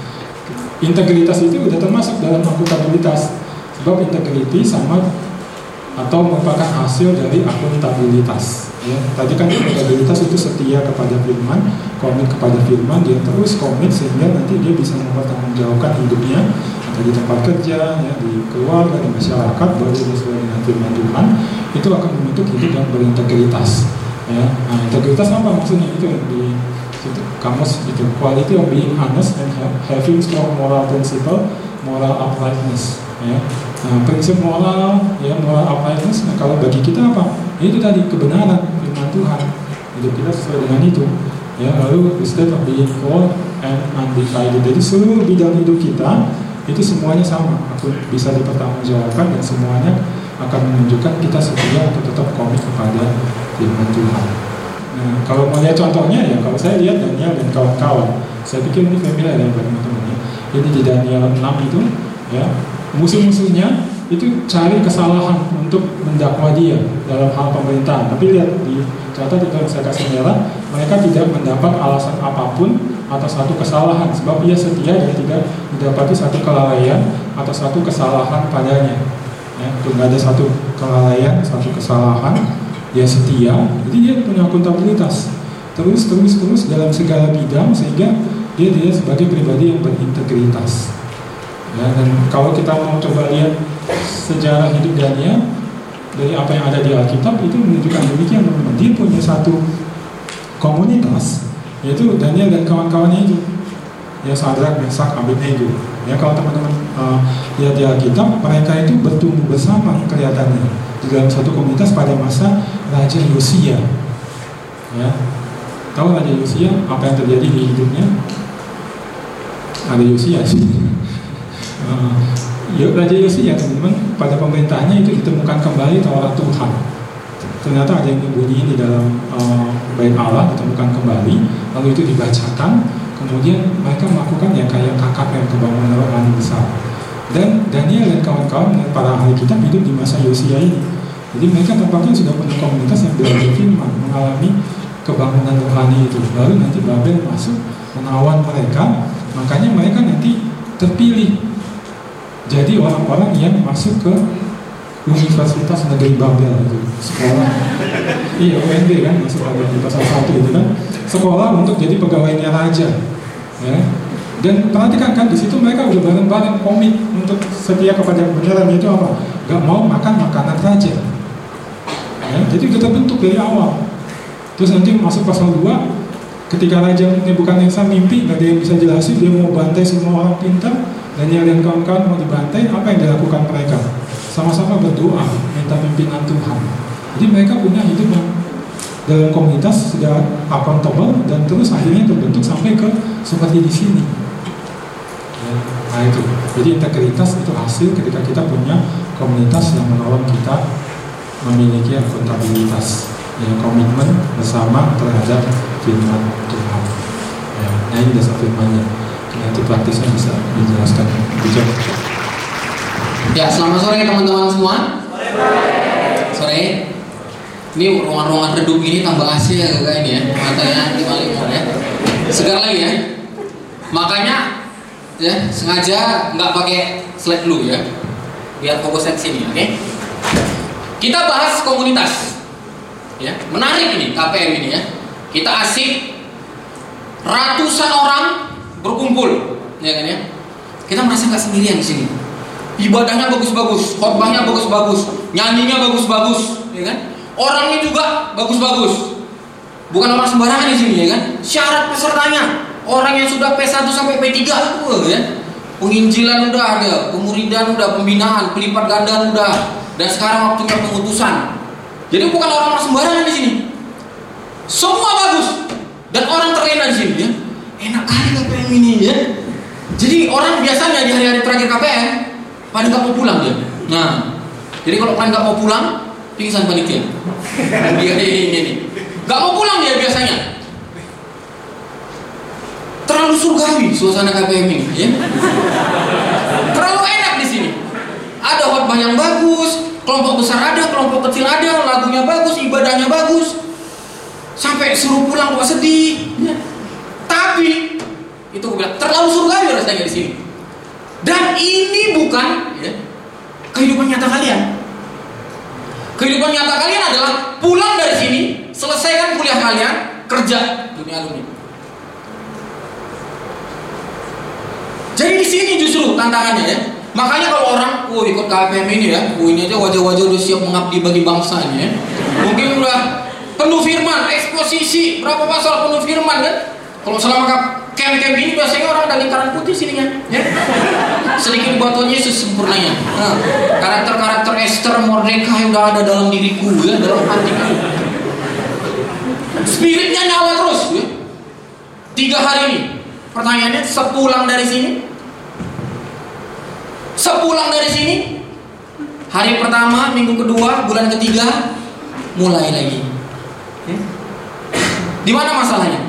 Integritas itu udah termasuk dalam akuntabilitas, sebab integritas sama atau merupakan hasil dari akuntabilitas. Ya, tadi kan akuntabilitas itu setia kepada firman, komit kepada firman, dia terus komit sehingga nanti dia bisa mempertanggungjawabkan hidupnya atau di tempat kerja, ya, di keluarga, di masyarakat, bahwa dia sesuai dengan firman Tuhan, itu akan membentuk hidup yang berintegritas. Ya, nah, integritas apa maksudnya? Itu di situ kamus itu, quality of being honest and having strong moral principle, moral uprightness. Ya. Nah, prinsip moral, ya, moral uprightness. Nah, kalau bagi kita apa? Itu tadi kebenaran firman Tuhan. Hidup kita sesuai dengan itu. Ya, lalu the state of being whole and undivided. Jadi seluruh bidang hidup kita itu semuanya sama. Aku bisa dipertanggungjawabkan dan semuanya akan menunjukkan kita setia atau tetap komit kepada firman Tuhan. Nah, Nah, kalau mau lihat contohnya ya, kalau saya lihat Daniel dan kawan-kawan, saya pikir ini familiar ya buat teman-teman ya. Jadi di Daniel 6 itu ya, musuh-musuhnya itu cari kesalahan untuk mendakwa dia dalam hal pemerintahan. Tapi lihat di catat itu yang saya kasih merah, mereka tidak mendapat alasan apapun atas satu kesalahan, sebab ia setia dan tidak didapati satu kelalaian atau satu kesalahan padanya. Ya, itu nggak ada satu kelalaian, satu kesalahan, dia setia, jadi dia punya akuntabilitas terus dalam segala bidang, sehingga dia sebagai pribadi yang berintegritas. Ya, dan kalau kita mau coba lihat sejarah hidup Daniel dari apa yang ada di Alkitab, itu menunjukkan demikian. Dia punya satu komunitas, yaitu Daniel dan kawan-kawannya itu, ya Sadrak, Mesak, Abednego. Ya, kalau teman-teman lihat di Alkitab, mereka itu bertumbuh bersama kelihatannya di dalam satu komunitas pada masa Raja Yosia. Ya, tahu Raja Yosia apa yang terjadi di hidupnya? Ada Yosia sih. Raja Yosia, teman-teman, pada pemerintahannya itu ditemukan kembali Taurat Tuhan. Ternyata ada yang dibunyiin di dalam bait Allah, ditemukan kembali, lalu itu dibacakan. Kemudian mereka melakukan yang kayak KKR, kebangunan rohani besar. Dan Daniel dan kawan-kawan dan para ahli kitab hidup di masa Yosia ini. Jadi mereka tampaknya sudah punya komunitas yang belajar firman, mengalami kebangunan rohani itu. Lalu nanti Babel masuk menawan mereka, makanya mereka nanti terpilih jadi orang-orang yang masuk ke Universitas Negeri Babel itu, sekolah. Iya, UNB kan, masuk di pasal 1 itu kan, sekolah untuk jadi pegawainya raja. Ya. Dan perhatikan kan, di situ mereka udah bareng-bareng komit untuk setia kepada kebenaran, itu apa? Gak mau makan makanan raja. Ya, jadi udah terbentuk dari awal. Terus nanti masuk pasal 2, ketika Raja Nebukadnezar mimpi, gak ada yang bisa jelasin, dia mau bantai semua orang pintar. Daniel dan kawan-kawan mau dibantai, apa yang dilakukan mereka? Sama-sama berdoa, minta pimpinan Tuhan. Jadi mereka punya hidup yang dalam komunitas sudah accountable, dan terus akhirnya terbentuk sampai ke seperti di sini. Nah itu, jadi integritas itu hasil ketika kita punya komunitas yang menolong kita memiliki akuntabilitas, ya, komitmen bersama terhadap firman Tuhan. Ya, nah ini dasar firmannya. Nanti praktisnya bisa dijelaskan bijak. Ya, selamat sore teman-teman semua. Sore. Ini ruangan-ruangan redup ini tambah AC ya kayak ini ya. Matanya dibalik ya. Segar lagi ya. Makanya ya sengaja nggak pakai slide dulu ya. Biar fokusnya ke sini, oke? Kita bahas komunitas. Ya, menarik ini KPM ini ya. Kita asik ratusan orang berkumpul, ya kan ya. Kita merasa nggak sendirian di sini. Ibadahnya bagus-bagus, khotbahnya bagus-bagus, nyanyinya bagus-bagus, ya kan. Orangnya juga bagus-bagus. Bukan orang sembarangan di sini, ya kan. Syarat pesertanya orang yang sudah P1 sampai P3, ya. Penginjilan udah ada, pemuridan udah, pembinaan, pelipat ganda udah, dan sekarang waktunya pengutusan. Jadi bukan orang-orang sembarangan di sini. Semua bagus dan orang terlena di sini, ya. Enak kali KPM ini ya. Jadi orang biasanya di hari-hari terakhir KPM pada nggak mau pulang dia. Nah, jadi kalau kalian nggak mau pulang, pingsan panitia. Dia ini nggak mau pulang dia biasanya. Terlalu surgawi suasana KPM ini, ya. Terlalu enak di sini. Ada khotbah yang bagus, kelompok besar ada, kelompok kecil ada, lagunya bagus, ibadahnya bagus. Sampai suruh pulang kok sedih. Ya. Tapi itu gue bilang terlalu surgawi rasanya di sini. Dan ini bukan ya, kehidupan nyata kalian. Kehidupan nyata kalian adalah pulang dari sini, selesaikan kuliah kalian, kerja dunia alumni. Jadi di sini justru tantangannya ya. Makanya kalau orang, ikut KPM ini ya, ini aja wajah-wajah udah siap mengabdi bagi bangsanya ya. Mungkin udah penuh firman, eksposisi berapa pasal penuh firman kan. Kalau selama camp-camp ini biasanya orang ada lingkaran putih sininya, ya. Sedikit buatan Yesus sempurnanya. Nah, karakter-karakter Esther, Mordekai udah ada dalam diriku, ya, dalam hatiku. Spiritnya nyala terus, ya. 3 hari ini. Pertanyaannya, sepulang dari sini, hari pertama, minggu kedua, bulan ketiga, mulai lagi. Ya. Di mana masalahnya?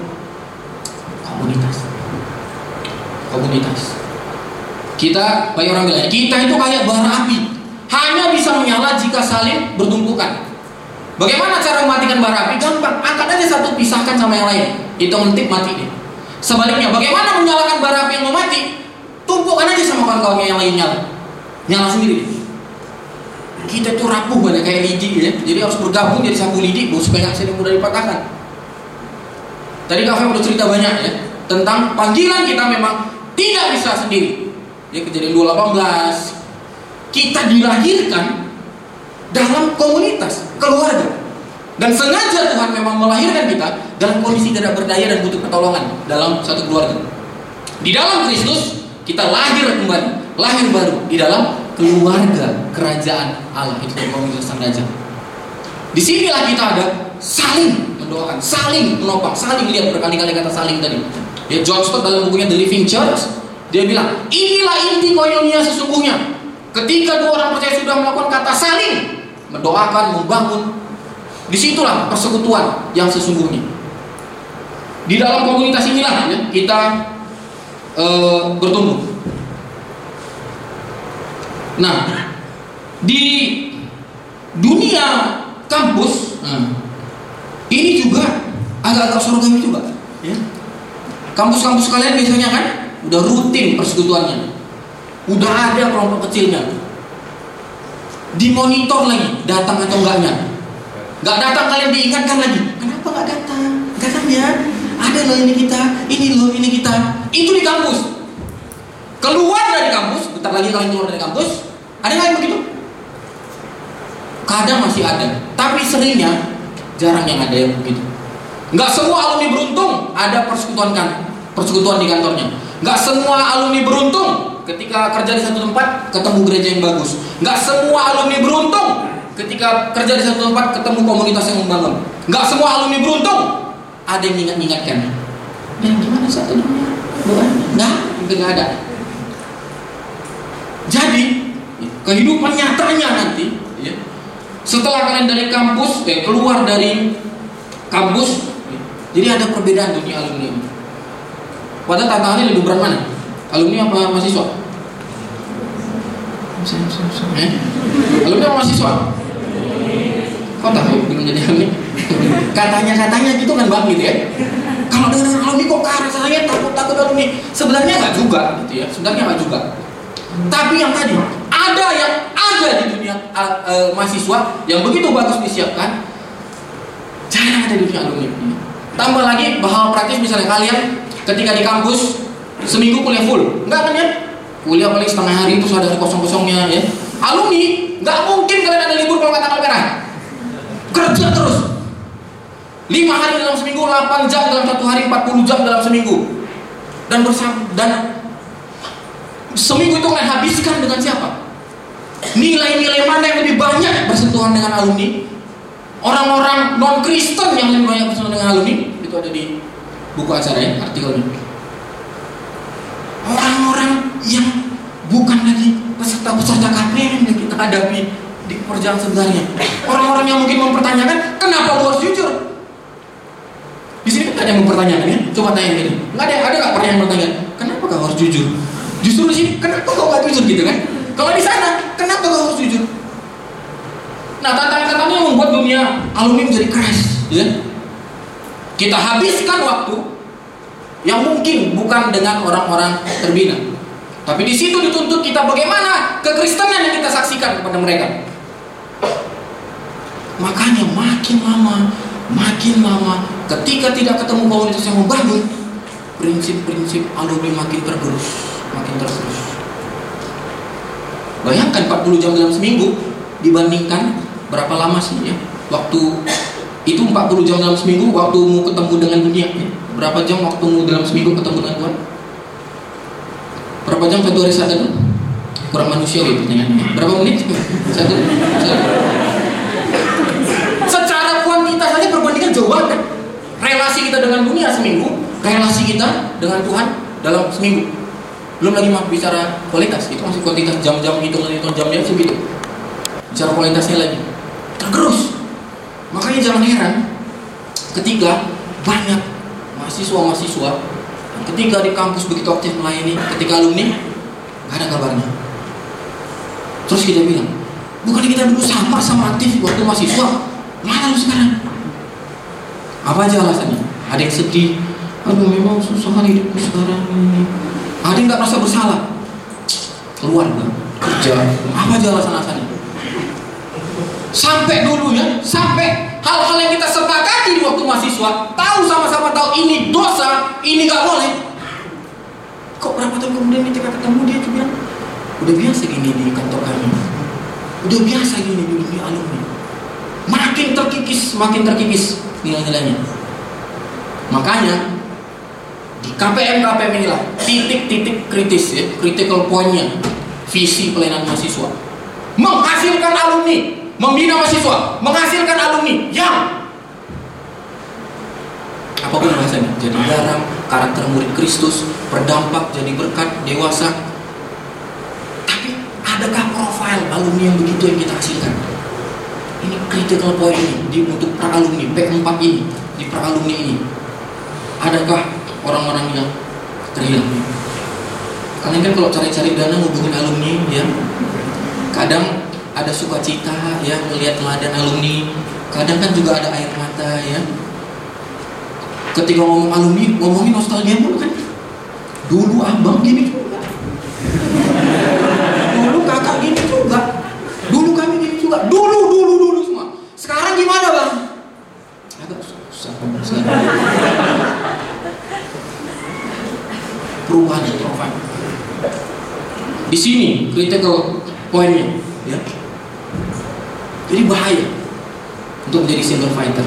Komunitas. Kita, banyak orang bilang, kita itu kayak bara api, hanya bisa menyala jika saling bertumpukan. Bagaimana cara mematikan bara api? Gampang, angkat aja satu, pisahkan sama yang lain. Itu mentip, mati deh. Sebaliknya, bagaimana menyalakan bara api yang mau mati? Tumpukan aja sama kawan-kawan yang lain nyala sendiri. Kita itu rapuh banyak kayak lidi ya. Jadi harus bergabung jadi sapu lidi supaya nggak sering mudah dipatahkan. Tadi Kak Feb udah cerita banyak ya tentang panggilan kita memang tidak bisa sendiri. Ya, Kejadian 2:18, kita dilahirkan dalam komunitas, keluarga. Dan sengaja Tuhan memang melahirkan kita dalam kondisi tidak berdaya dan butuh pertolongan dalam satu keluarga. Di dalam Kristus kita lahir kembali, lahir baru di dalam keluarga kerajaan Allah, itu komunitas sang raja. Disinilah kita ada saling mendoakan, saling menopang, saling lihat, berkali-kali kata saling tadi. Ya, John Stott dalam bukunya The Living Church, dia bilang, inilah inti koinonia sesungguhnya. Ketika dua orang percaya sudah melakukan kata saling, mendoakan, membangun, disitulah persekutuan yang sesungguhnya. Di dalam komunitas inilah ya, kita bertumbuh. Nah, di dunia kampus, ini juga agak-agak surgawi juga. Ya. Kampus-kampus kalian biasanya kan udah rutin persekutuannya, udah ada kelompok kecilnya, dimonitor lagi datang atau enggaknya. Nggak datang kalian diingatkan lagi, kenapa nggak datang? Datang ya, ada loh ini kita, ini loh ini kita. Itu di kampus. Keluar dari kampus, bentar lagi kalian keluar dari kampus, ada nggak yang begitu? Kadang masih ada, tapi seringnya jarang yang ada yang begitu. Nggak semua alumni beruntung ada persekutuan di kantornya. Nggak semua alumni beruntung ketika kerja di satu tempat ketemu gereja yang bagus. Nggak semua alumni beruntung ketika kerja di satu tempat ketemu komunitas yang membangun. Nggak semua alumni beruntung ada yang ingat-ingatkan. Dan gimana satu dunia? Nggak ada. Jadi kehidupan nyatanya nanti, ya, setelah kalian dari kampus, keluar dari kampus, jadi ada perbedaan dunia alumni. Padahal tantangannya lebih berat mana? Alumni apa mahasiswa? Alumni apa mahasiswa? Kok tahu belum jadi alumni? Katanya gitu kan Bang gitu ya. Kalau dengan alumni kok rasanya takut alumni. Sebenarnya nggak juga gitu ya. Sebenarnya nggak juga. Tapi yang tadi ada yang ada di dunia mahasiswa yang begitu bagus disiapkan, jarang ada di dunia alumni. Tambah lagi hal praktis, misalnya kalian ketika di kampus seminggu kuliah full, enggak kan ya? Kuliah paling setengah hari itu ada kosong-kosongnya ya. Alumni nggak mungkin kalian ada libur kalau nggak tanggal merah. Kerja terus 5 hari dalam seminggu, 8 jam dalam satu hari, 40 jam dalam seminggu. Dan seminggu itu kalian habiskan dengan siapa? Nilai-nilai mana yang lebih banyak bersentuhan dengan alumni? Orang-orang non-Kristen yang lebih banyak bersentuhan dengan alumni, itu ada di buku acara ya, artikelnya. Orang-orang yang bukan lagi peserta-peserta KPM yang kita hadapi di perjalanan sebenarnya. Orang-orang yang mungkin mempertanyakan, kenapa lu harus jujur? Di sini kan ada yang mempertanyakan ya. Coba tanya gini, ada nggak pernah yang bertanya, kenapa kau harus jujur? Justru di sini, kenapa kau nggak jujur gitu kan? Kalau di sana, kenapa kau harus jujur? Nah, tantangan-tantangannya yang membuat dunia alumni menjadi keras, ya. Kita habiskan waktu yang mungkin bukan dengan orang-orang terbina, tapi di situ dituntut kita bagaimana kekristenan yang kita saksikan kepada mereka. Makanya makin lama, ketika tidak ketemu komunitas yang membangun, prinsip-prinsip alumni makin tergerus. Bayangkan 40 jam dalam seminggu dibandingkan berapa lama sih ya? Waktu itu 40 jam dalam seminggu waktumu ketemu dengan dunia ya? Berapa jam waktumu dalam seminggu ketemu dengan Tuhan? Berapa jam satu hari saat itu? Kurang manusiawi pertanyaannya. Berapa menit? Satu. Secara kuantitas saja perbandingan jauh banget kan? Relasi kita dengan dunia seminggu, relasi kita dengan Tuhan dalam seminggu. Belum lagi bicara kualitas, itu masih kuantitas jam-jam hitungan jam-jam segitu. Bicara kualitasnya lagi tergerus. Makanya jangan heran ketika banyak mahasiswa-mahasiswa ketika di kampus begitu aktif melayani, ketika alumni nggak ada kabarnya. Terus kita bilang, bukan kita dulu sama aktif waktu mahasiswa, mana lu sekarang? Apa aja alasannya? Ada yang sedih, aduh memang susah hidupku sekarang ini. Ada yang nggak merasa bersalah, keluarga, kerja, apa aja alasan-alasannya. Sampai dulu ya, sampai hal-hal yang kita sepakati di waktu mahasiswa, sama-sama tahu ini dosa, ini nggak boleh. Kok berapa tahun kemudian ketika ketemu dia bilang, udah biasa gini di kantor kami, udah biasa gini di dunia alumni. Makin terkikis nilai-nilainya. Makanya di KPM inilah titik-titik kritis ya, critical point-nya visi pelayanan mahasiswa, menghasilkan alumni, membina mahasiswa, menghasilkan alumni yang apapun bahasanya, jadi garam, karakter murid Kristus, berdampak, jadi berkat, dewasa. Tapi adakah profil alumni yang begitu yang kita hasilkan? Ini critical point ini untuk pra alumni P4 ini, di pra alumni ini. Adakah orang-orang yang terhilang? Kalian kan kalau cari-cari dana hubungin alumni ya, kadang ada sukacita ya melihat teladan alumni, kadang kan juga ada air mata ya. Ketika ngomong alumni, ngomongin nostalgia dulu kan. Dulu abang gini juga, dulu kakak gini juga, dulu kami gini juga, dulu semua. Sekarang gimana bang? Agak susah sekarang. Perubahan profil. Di sini critical point-nya ya. Jadi bahaya untuk menjadi single fighter.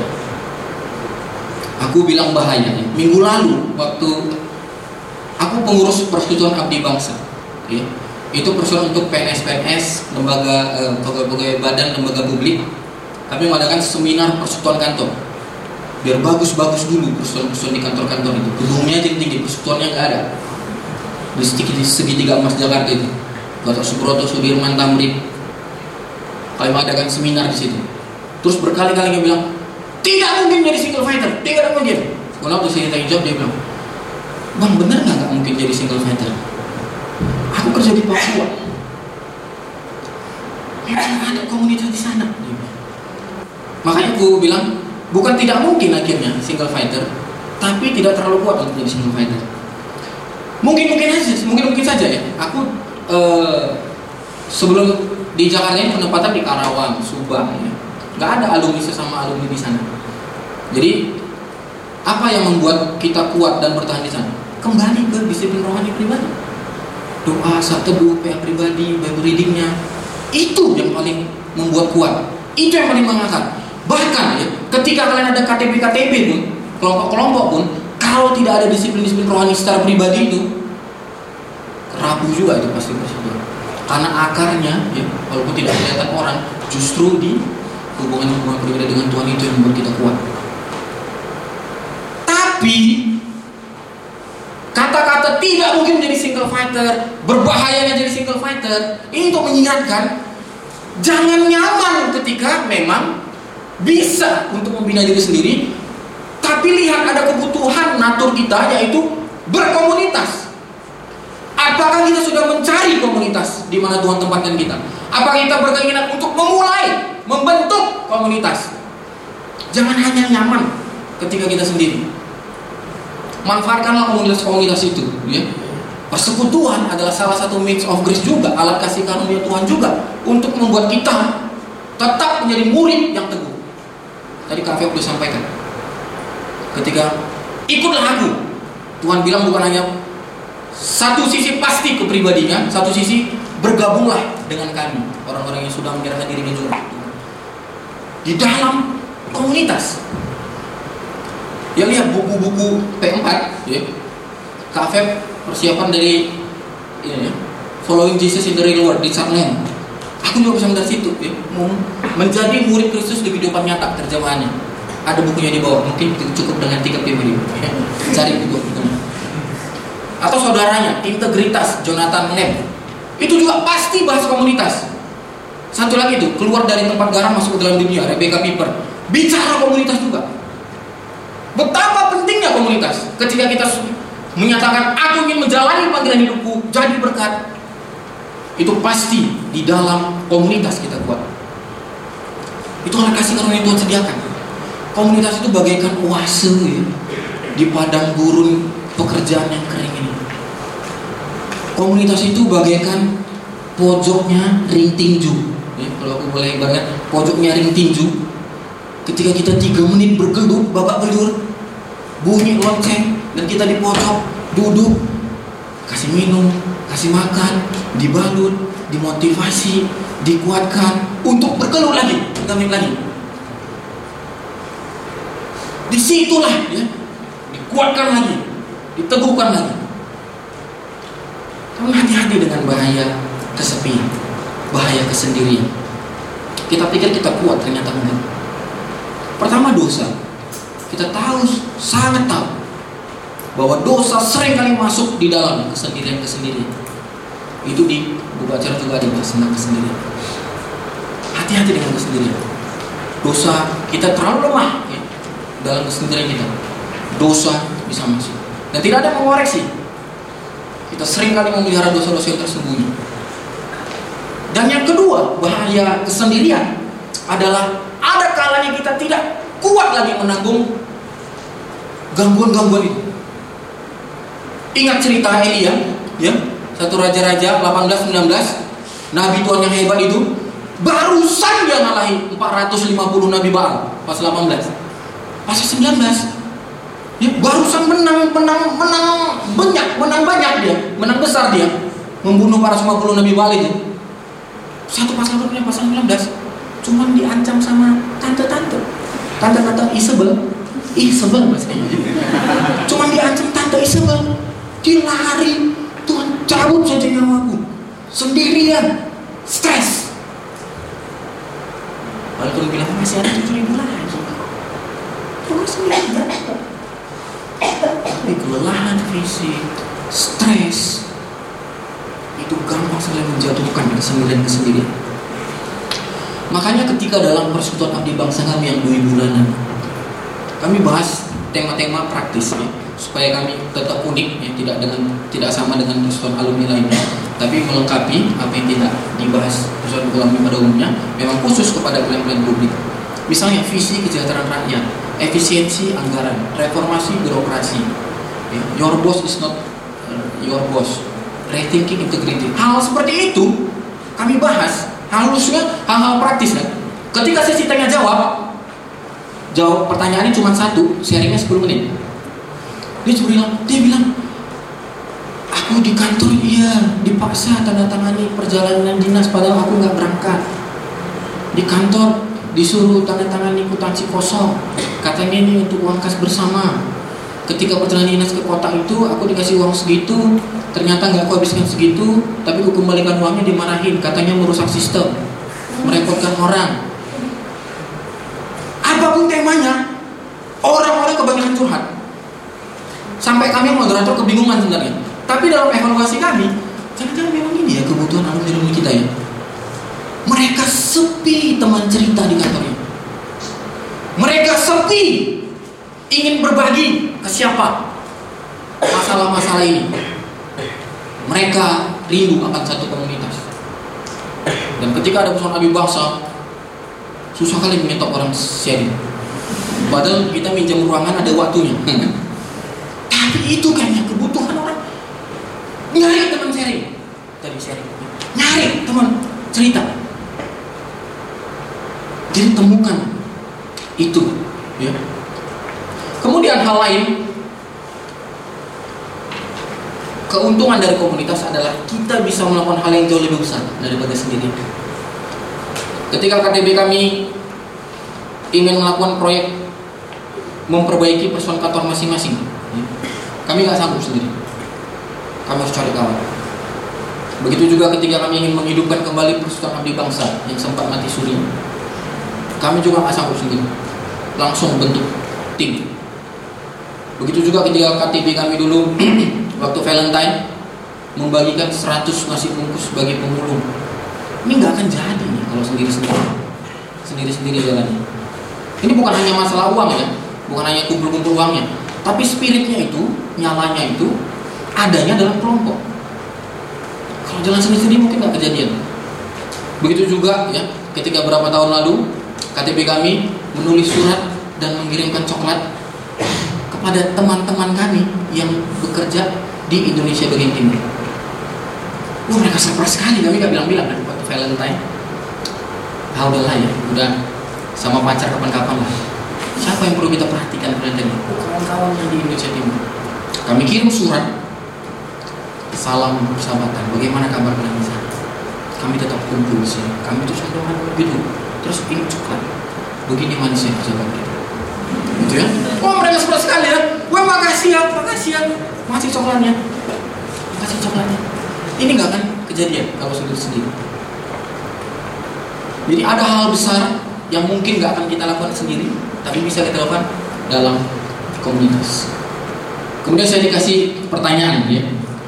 Aku bilang bahaya ya. Minggu lalu waktu aku pengurus Persekutuan Abdi Bangsa ya. Itu persekutuan untuk PNS, lembaga pegawai badan lembaga publik. Kami mengadakan seminar persekutuan kantor. Biar bagus-bagus dulu persekutuan di kantor-kantor itu. Gedungnya jadi tinggi, persekutuannya nggak ada. Di segitiga emas Jakarta itu, Gatot Subroto, Sudirman, Tamrin. Kami mengadakan seminar di situ. Terus berkali-kali dia bilang, tidak mungkin jadi single fighter, tidak mungkin. Kalau waktu saya tanya jawab dia bilang, bang bener nggak mungkin jadi single fighter? Aku kerja di Papua, ada komunitas di sana. Makanya aku bilang, bukan tidak mungkin akhirnya single fighter, tapi tidak terlalu kuat untuk jadi single fighter. Mungkin saja ya. Aku sebelum di Jakarta ini penempatan di Karawang, Subang ya. Nggak ada alumni sesama alumni di sana. Jadi apa yang membuat kita kuat dan bertahan di sana? Kembali ke disiplin rohani pribadi. Doa, saat teduh, PA pribadi, Bible readingnya, itu yang paling membuat kuat. Itu yang paling mengangkat. Bahkan ya, ketika kalian ada KTP pun, kelompok-kelompok pun, kalau tidak ada disiplin rohani secara pribadi itu rapuh juga itu pasti. Karena akarnya ya, walaupun tidak kelihatan orang, justru di hubungan pribadi dengan Tuhan itu yang membuat kita kuat. Tapi kata-kata tidak mungkin menjadi single fighter, berbahayanya jadi single fighter, ini untuk mengingatkan jangan nyaman ketika memang bisa untuk membina diri sendiri. Tapi lihat ada kebutuhan natur kita, yaitu berkomunitas. Apakah kita sudah mencari komunitas di mana Tuhan tempatkan kita? Apakah kita berkeinginan untuk memulai membentuk komunitas? Jangan hanya nyaman ketika kita sendiri. Manfaatkanlah komunitas-komunitas itu. Ya. Persekutuan adalah salah satu means of grace juga, alat kasih karunia Tuhan juga untuk membuat kita tetap menjadi murid yang teguh. Tadi Kak Feb sudah sampaikan. Ketika ikutlah aku, Tuhan bilang bukan hanya satu sisi pasti ke pribadinya, satu sisi bergabunglah dengan kami, orang-orang yang sudah menyerahkan dirinya juga di dalam komunitas. Ya lihat buku-buku P4 ya. Kak Feb persiapan dari ini ya, Following Jesus in the Real World di Chartland. Aku juga bisa dari situ ya, menjadi murid Kristus di kehidupan nyata terjemahannya. Ada bukunya di bawah, mungkin cukup dengan 3 video. Cari bukunya. Atau saudaranya, Integritas, Jonathan Lemp. Itu juga pasti bahas komunitas. Satu lagi itu, Keluar dari Tempat Garam Masuk ke Dalam Dunia, Rebecca Piper. Bicara komunitas juga. Betapa pentingnya komunitas. Ketika kita menyatakan aku ingin menjalani panggilan hidupku jadi berkat, itu pasti di dalam komunitas kita kuat. Itulah kasih karunia yang Tuhan sediakan. Komunitas itu bagaikan oase ya, di padang gurun pekerjaan yang kering ini. Komunitas itu bagaikan pojoknya ring tinju ya, kalau aku boleh ibaratkan pojoknya ring tinju. Ketika kita 3 menit bergelut babak belur, bunyi lonceng, dan kita di pojok duduk, kasih minum, kasih makan, dibalut, dimotivasi, dikuatkan untuk bergelut lagi, 3 menit lagi. Disitulah ya, dikuatkan lagi, diteguhkan lagi. Kamu hati-hati dengan bahaya kesepian, bahaya kesendirian. Kita pikir kita kuat, ternyata enggak. Pertama, dosa. Kita tahu, sangat tahu bahwa dosa sering kali masuk di dalam kesendirian-kesendirian. Itu di buku acara juga ada tentang kesendirian. Hati-hati dengan kesendirian. Dosa, kita terlalu lemah ya, dalam kesendirian kita. Dosa bisa masuk dan tidak ada yang mengoreksi. Kita sering kali memelihara dosa-dosa yang tersembunyi. Dan yang kedua, bahaya kesendirian adalah ada kalanya kita tidak kuat lagi menanggung gangguan-gangguan itu. Ingat cerita Elia, ya, 1 Raja-Raja 18-19, Nabi Tuhan yang hebat itu, barusan dia ngalahi 450 Nabi Baal, pas 18, pas 19, ya, barusan menang banyak dia, menang besar dia, membunuh para 50 Nabi Baal itu. Satu pasal berikutnya pasal 19, cuman diancam sama tante Isabel maksudnya. Cuman diancam tante Isabel, dia lari, Tuhan cabut saja nyawaku, sendirian, stres. Lalu Tuhan bilang masih ada 7.000 lagi. Tuhan sendirian. Tapi kelelahan fisik, stres, itu gampang sekali menjatuhkan kesendirian. Makanya ketika dalam persekutuan abdi bangsa kami yang 2 bulanan, kami bahas tema-tema praktis ya, supaya kami tetap unik ya, tidak sama dengan persekutuan alumni lainnya, tapi melengkapi apa yang tidak dibahas persekutuan alumni pada umumnya, memang khusus kepada pelayanan publik. Misalnya visi kesejahteraan rakyat, efisiensi anggaran, reformasi birokrasi, ya, your boss is not your boss, rethinking integrity. Hal seperti itu kami bahas, halusnya hal-hal praktis kan. Ketika sesi tanya jawab pertanyaannya cuma 1, sharingnya 10 menit. Dia bilang, aku di kantor dipaksa tanda tangani perjalanan dinas padahal aku nggak berangkat. Di kantor disuruh tanda tangani kwitansi kosong, katanya ini untuk uang kas bersama. Ketika perjalanan dinas ke kota itu aku dikasih uang segitu, ternyata nggak aku habiskan segitu, tapi aku kembalikan uangnya dimarahin, katanya merusak sistem, merepotkan orang. Apapun temanya, orang-orang kebanyakan curhat. Sampai kami moderator kebingungan sebenarnya. Tapi dalam evaluasi kami, jangan-jangan memang ini ya kebutuhan alumni kita ya. Mereka sepi teman cerita di kantornya. Mereka sepi ingin berbagi ke siapa masalah-masalah ini. Mereka rindu akan satu komunitas. Dan ketika ada persoalan abdi bangsa, susah kali menyetok orang sharing. Padahal kita minjam ruangan ada waktunya. Tapi itu kayaknya kebutuhan orang. Nyari teman sharing. Nyari teman cerita. Jadi temukan itu, ya. Kemudian hal lain, keuntungan dari komunitas adalah kita bisa melakukan hal yang jauh lebih besar daripada sendiri. Ketika KTB kami ingin melakukan proyek memperbaiki persoalan kantor masing-masing, kami nggak sanggup sendiri. Kami harus cari kawan. Begitu juga ketika kami ingin menghidupkan kembali persekutuan abdi bangsa yang sempat mati suri, kami juga nggak sanggup sendiri. Langsung bentuk tim. Begitu juga ketika KTB kami dulu waktu Valentine membagikan 100 nasi bungkus bagi pemulung. Ini nggak akan jadi nih kalau sendiri-sendiri jalannya. Ini bukan hanya masalah uang ya, bukan hanya kumpul-kumpul uangnya, tapi spiritnya itu, nyalanya itu adanya dalam kelompok. Kalau jalan sendiri-sendiri mungkin nggak kejadian. Begitu juga ya, ketika beberapa tahun lalu KTB kami menulis surat dan mengirimkan coklat kepada teman-teman kami yang bekerja di Indonesia bagian timur. Wah, mereka surprise sekali, kami nggak bilang-bilang kan waktu Valentine. Ah udahlah ya, udah sama pacar kapan-kapan lah. Siapa yang perlu kita perhatikan Valentine? Kawan-kawan yang di Indonesia timur. Kami kirim surat, salam persahabatan. Bagaimana kabar kalian di sana? Kami tetap kumpul di sini. Kami terus berdoa begitu. Terus ini coklat. Begini manisnya persahabatan kita. Gitu ya? Oh mereka surprise sekali ya. Wah makasih ya. Masih coklatnya. Makasih coklatnya. Ini nggak kan kejadian kalau sendiri-sendiri. Jadi ada hal besar yang mungkin nggak akan kita lakukan sendiri, tapi bisa kita lakukan dalam komunitas. Kemudian saya dikasih pertanyaan ya.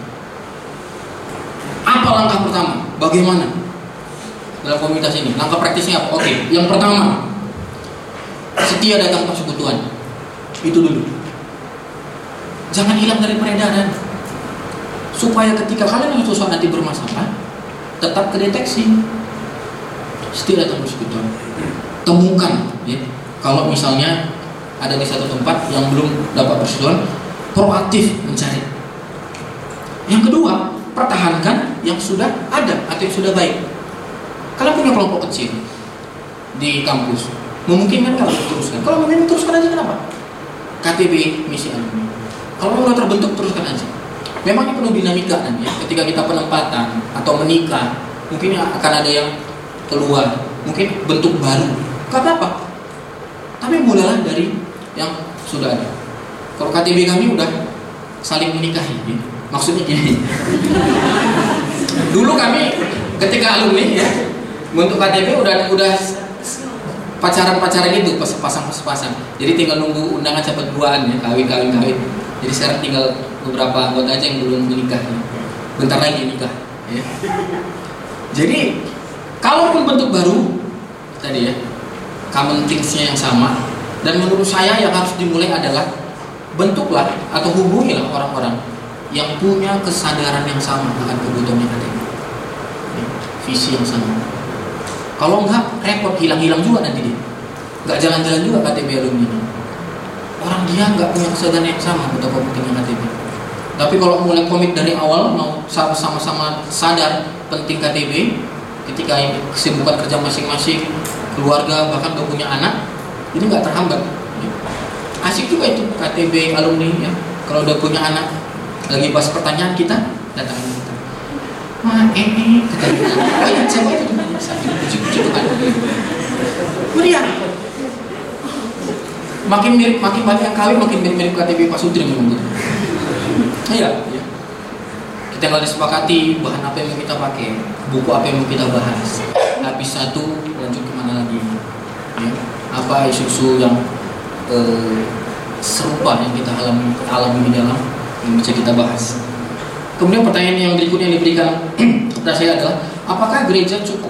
Apa langkah pertama? Bagaimana dalam komunitas ini? Langkah praktisnya apa? Oke, yang pertama, setia datang persekutuan. Itu dulu. Jangan hilang dari peredaran. Supaya ketika kalian yang sesuatu nanti bermasalah, tetap kedeteksi. Setia datang persekutuan. Temukan ya. Kalau misalnya ada di satu tempat yang belum dapat persekutuan, proaktif mencari. Yang kedua, pertahankan yang sudah ada atau yang sudah baik. Kalian punya kelompok kecil di kampus, memungkinkan kalau teruskan. Kalau memang teruskan aja, kenapa? KTB misi alumni. Kalau sudah terbentuk teruskan aja. Memang ini penuh dinamika nanti ya. Ketika kita penempatan atau menikah, mungkin akan ada yang keluar, mungkin bentuk baru. Gak apa-apa. Tapi mulailah dari yang sudah ada. Kalau KTB kami udah saling menikahi, gitu. Maksudnya gini. Dulu kami ketika alumni ya, untuk KTB udah pacaran gitu, pasang. Jadi tinggal nunggu undangan cepet duaan ya, kawin. Jadi sekarang tinggal beberapa anggota aja yang belum menikah ya. Bentar lagi nikah ya. Jadi kalaupun bentuk baru tadi ya, common things-nya yang sama, dan menurut saya yang harus dimulai adalah bentuklah atau hubungilah orang-orang yang punya kesadaran yang sama akan kebutuhan KTB, visi yang sama. Kalau enggak, repot, hilang juga nanti dia. Enggak jalan-jalan juga KTB alumni. Orang dia enggak punya kesadaran yang sama betapa pentingnya KTB. Tapi kalau mulai komit dari awal, mau sama-sama sadar penting KTB, ketika kesibukan kerja masing-masing, keluarga, bahkan udah punya anak, ini enggak terhambat. Asik juga itu KTB alumni ya. Kalau udah punya anak, lagi pas pertanyaan kita datang kita. Wah, kata dia. Oh iya, siapa itu? Sambil puji-puji kan. Meriah. Makin banyak yang kawin, makin mirip KTB Pak Sudri memang gitu. Iya. Kita nggak disepakati bahan apa yang mau kita pakai, buku apa yang mau kita bahas. Habis satu, lanjut kemana lagi? Ya. Apa isu-isu yang serupa yang kita alami di dalam yang bisa kita bahas. Kemudian pertanyaan yang berikutnya yang diberikan kepada saya adalah, apakah gereja cukup?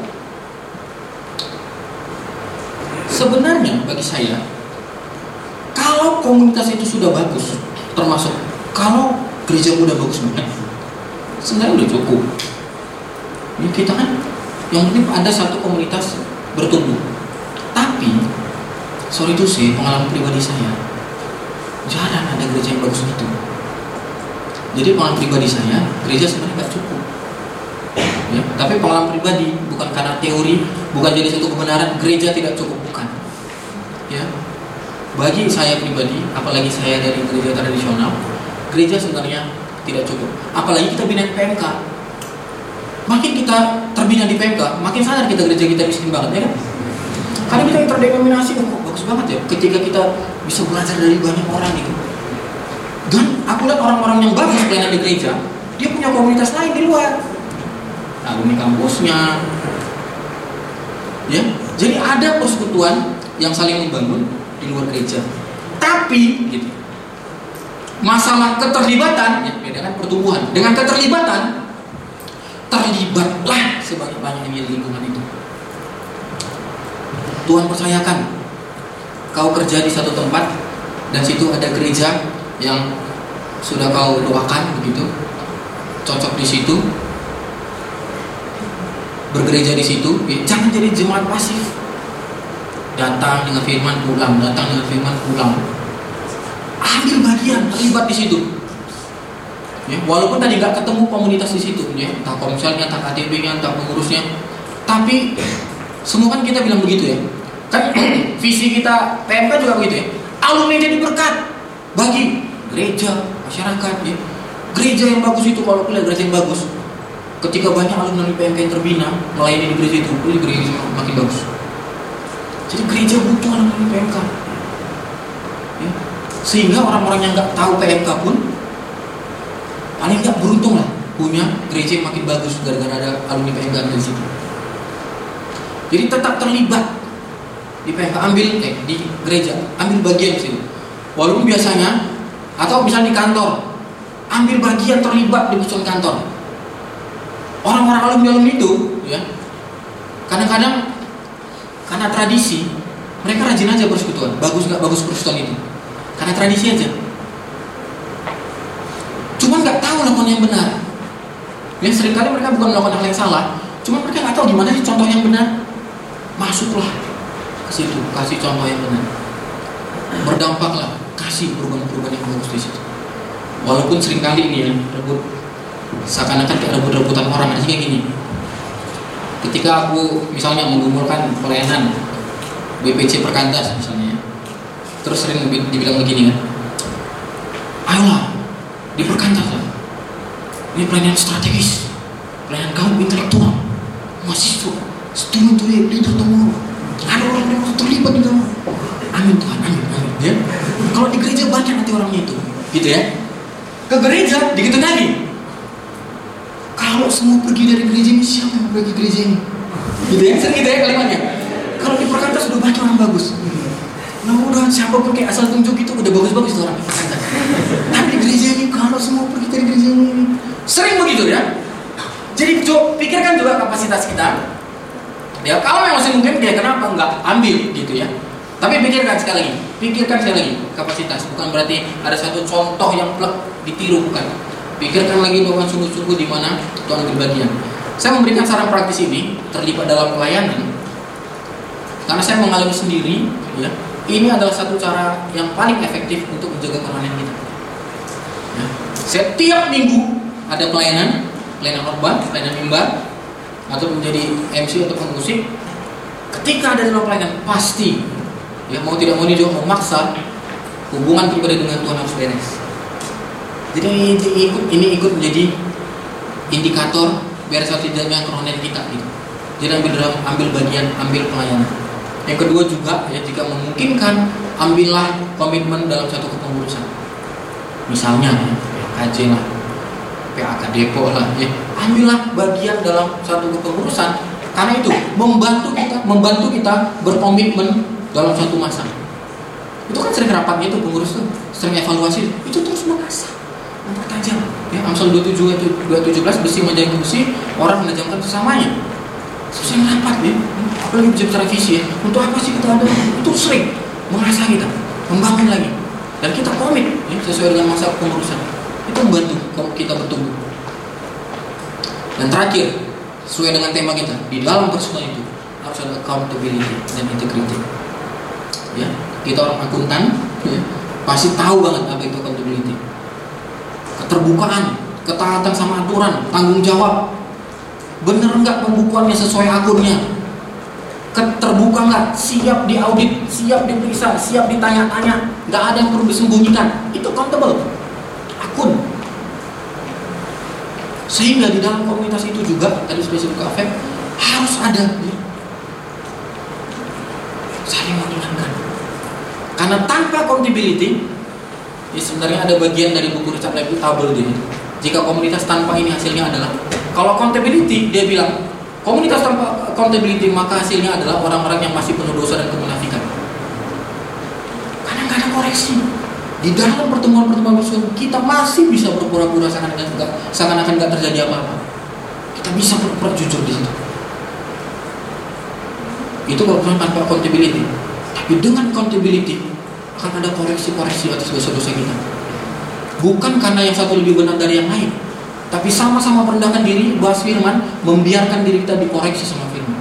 Sebenarnya bagi saya, kalau komunitas itu sudah bagus, termasuk kalau gereja udah bagus banget, sebenarnya udah cukup. Ini kita kan yang penting ada satu komunitas bertumbuh. Tapi sorry to say, pengalaman pribadi saya, jarang ada gereja yang bagus itu. Jadi pengalaman pribadi saya, gereja sebenarnya nggak cukup. Ya, tapi pengalaman pribadi bukan karena teori, bukan jadi satu kebenaran gereja tidak cukup, bukan. Ya, bagi saya pribadi, apalagi saya dari gereja tradisional, gereja sebenarnya tidak cukup. Apalagi kita bina PMK. Makin kita terbina di PMK, makin sadar kita gereja kita miskin banget, ya kan? Karena kita yang terdenominasi, kok bagus banget ya. Ketika kita bisa belajar dari banyak orang itu. Dan aku lihat orang-orang yang bagus pelayanan di gereja, dia punya komunitas lain di luar. Alumni kampusnya. Ya, jadi ada persekutuan yang saling membangun di luar gereja. Tapi gitu. Masalah keterlibatan, ya beda kan pertumbuhan. Dengan keterlibatan, terlibatlah sebanyak-banyaknya di lingkungan itu. Tuhan percayakan, kau kerja di satu tempat, dan situ ada gereja yang sudah kau doakan begitu, cocok di situ, bergereja di situ. Jangan jadi jemaat pasif, datang dengan firman pulang, datang dengan firman pulang. Ambil bagian, terlibat di situ. Ya, walaupun tadi nggak ketemu komunitas di situ, ya, entah komselnya, entah KTB-nya, entah pengurusnya, tapi semua kan kita bilang begitu ya. Kan visi kita PMK juga begitu ya. Alumni jadi berkat bagi gereja, masyarakat, ya. Gereja yang bagus itu, kalau pilih gereja yang bagus, ketika banyak alumni PMK yang terbina melayani di gereja itu, gereja makin bagus. Jadi gereja butuh alumni PMK, ya. Sehingga orang-orang yang nggak tahu PMK pun paling nggak beruntung lah punya gereja yang makin bagus gara-gara ada alumni PMK di situ. Jadi tetap terlibat di PMK, di gereja, ambil bagian di situ. Walaupun biasanya atau misalnya di kantor, ambil bagian, terlibat di urusan kantor. Orang-orang alumni itu, ya, kadang-kadang karena tradisi mereka rajin aja persekutuan, bagus nggak bagus persekutuan itu, karena tradisi aja. Cuma nggak tahu lakukan yang benar. Ya, seringkali mereka bukan melakukan hal yang salah, cuma mereka nggak tahu gimana sih contoh yang benar. Masuklah ke situ, kasih contoh yang benar. Berdampaklah, kasih perubahan-perubahan yang bagus di situ. Walaupun seringkali ini ya, rebut, seakan-akan kayak rebut-rebutan orang. Ada kayak gini. Ketika aku misalnya menggumulkan pelayanan BPC Perkantas misalnya, terus sering dibilang begini kan, ayolah di Perkantas lah, ini pelayanan strategis, pelayanan kaum intelektual, mahasiswa, student leader tomorrow, ada orang yang terlibat di dalam. Amin Tuhan, amin, amin. Ya? Kalau di gereja banyak nanti orangnya itu, gitu ya. Ke gereja, dikit lagi. Kalau semua pergi dari gereja ini, siapa yang pergi gereja ini? Gitu ya, sering gitu ya kalimatnya. Kalau di Perkantas sudah banyak orang bagus. Nah udah siapapun kayak asal tunjuk itu udah bagus-bagus tuh orang Perkantas. Tapi di gereja ini kalau semua pergi dari gereja ini, sering begitu ya. Jadi pikirkan juga kapasitas kita. Ya kalau yang masih mungkin dia kenapa nggak ambil gitu ya. Tapi pikirkan sekali lagi kapasitas. Bukan berarti ada satu contoh yang plek ditiru, bukan. Pikirkan lagi dengan sungguh-sungguh di mana Tuhan berbagian. Saya memberikan saran praktis ini terlibat dalam pelayanan karena saya mengalami sendiri, ya. Ini adalah satu cara yang paling efektif untuk menjaga kerohanian kita. Ya. Setiap minggu ada pelayanan khotbah, pelayanan mimbar, atau menjadi MC atau pengmusik. Ketika ada dalam pelayanan pasti, ya mau tidak mau dia juga memaksa hubungan pribadi dengan Tuhan harus beres. Jadi ini ikut menjadi indikator biar atau tidaknya kerohanian kita gitu. Jadi ambil bagian, ambil pelayanan. Yang kedua juga ya, jika memungkinkan ambillah komitmen dalam satu kepengurusan. Misalnya ya, PKJ lah, PAK Depok lah, ya. Ambillah bagian dalam satu kepengurusan karena itu membantu kita berkomitmen dalam satu masa. Itu kan sering rapatnya itu pengurus tuh, sering evaluasi, itu terus mengasah, mempertajam. Ya, Amsal 2:17 besi menjadi besi, orang menajamkan sesamanya. Sering rapat ya, apalagi bicara visi ya. Untuk apa sih kita ada? Itu sering mengasah kita, membangun lagi, dan kita komit ya, sesuai dengan masa pengurusan. Itu membantu kita bertumbuh. Dan terakhir, sesuai dengan tema kita, di dalam persekutuan itu harus ada accountability dan integrity. Ya, kita orang akuntan, ya, pasti tahu banget apa itu accountability. Keterbukaan, ketaatan sama aturan, tanggung jawab. Bener nggak pembukuannya sesuai akunnya? Terbuka nggak? Siap diaudit, siap diperiksa, siap ditanya-tanya. Nggak ada yang perlu disembunyikan. Itu accountable, akun. Sehingga di dalam komunitas itu juga tadi spesifik AFEP harus ada saling mengingatkan. Karena tanpa accountability, ya sebenarnya ada bagian dari buku Richard Leb itu tabel dia. Jika komunitas tanpa ini hasilnya adalah, kalau accountability dia bilang komunitas tanpa accountability maka hasilnya adalah orang-orang yang masih penuh dosa dan kemunafikan. Karena nggak ada koreksi. Di dalam pertemuan-pertemuan bersama kita masih bisa berpura-pura seakan-akan nggak terjadi apa-apa. Kita bisa berpura jujur di situ. Itu kalau tanpa accountability. Tapi dengan accountability akan ada koreksi-koreksi atas dosa-dosa kita. Bukan karena yang satu lebih benar dari yang lain, tapi sama-sama merendahkan diri, bahas firman, membiarkan diri kita dikoreksi sama firman.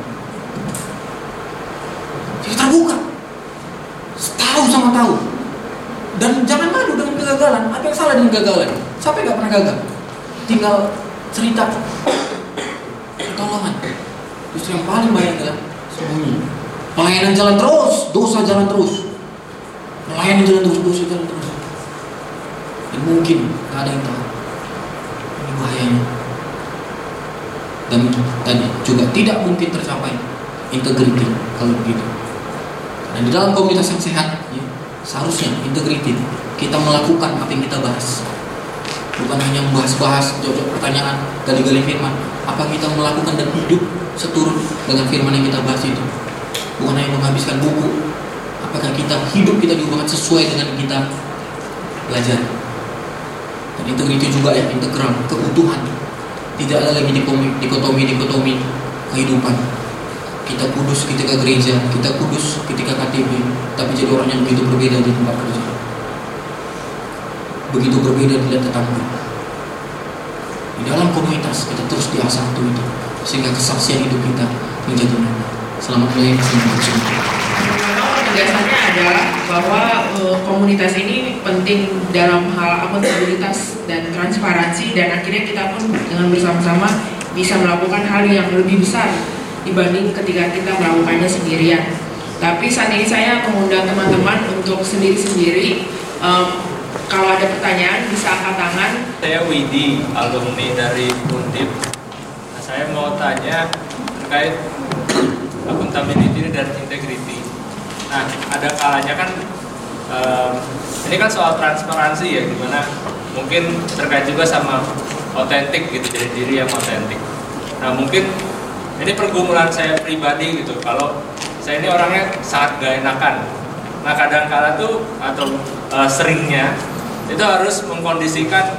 Kita terbuka, tahu sama tahu. Dan jangan malu dengan kegagalan. Apa yang salah dengan kegagalan? Siapa yang gak pernah gagal? Tinggal cerita pertolongan. Justru yang paling bahaya adalah sembunyi. Pelayanan jalan terus, dosa jalan terus. Pelayanan jalan terus, dosa jalan terus. Dan mungkin gak ada yang tahu. Ini bahayanya. Dan tadi juga tidak mungkin tercapai integriti kalau begitu. Dan di dalam komunitas yang sehat, ya, seharusnya integriti kita melakukan apa yang kita bahas. Bukan hanya membahas-bahas, jawab pertanyaan, gali-gali firman. Apa kita melakukan dan hidup seturut dengan firman yang kita bahas itu. Bukan hanya menghabiskan buku. Apakah kita hidup kita diubahkan sesuai dengan kita belajar. Dan integriti juga ya, integral, keutuhan. Tidak ada lagi dikotomi kehidupan. Kita kudus ketika gereja, kita kudus ketika KTB, tapi jadi orang yang begitu berbeda di tempat kerja. Begitu berbeda di tetangga. Di dalam komunitas kita terus diasah itu, sehingga kesaksian hidup kita menjadi nyata. Selamat melayani, selamat bersyukur. Penegasannya adalah bahwa komunitas ini penting dalam hal akuntabilitas dan transparansi, dan akhirnya kita pun dengan bersama-sama bisa melakukan hal yang lebih besar dibanding ketika kita melakukannya sendirian. Tapi saat ini saya mengundang teman-teman untuk sendiri-sendiri. Kalau ada pertanyaan bisa angkat tangan. Saya Widi, alumni dari Undip. Nah, saya mau tanya terkait accountability dan integrity. Nah, ada kalanya kan ini kan soal transparansi ya, dimana mungkin terkait juga sama otentik gitu, jadi diri yang otentik. Nah, mungkin ini pergumulan saya pribadi gitu. Kalau saya ini orangnya sangat gak enakan. Nah, kadang-kala tuh atau seringnya itu harus mengkondisikan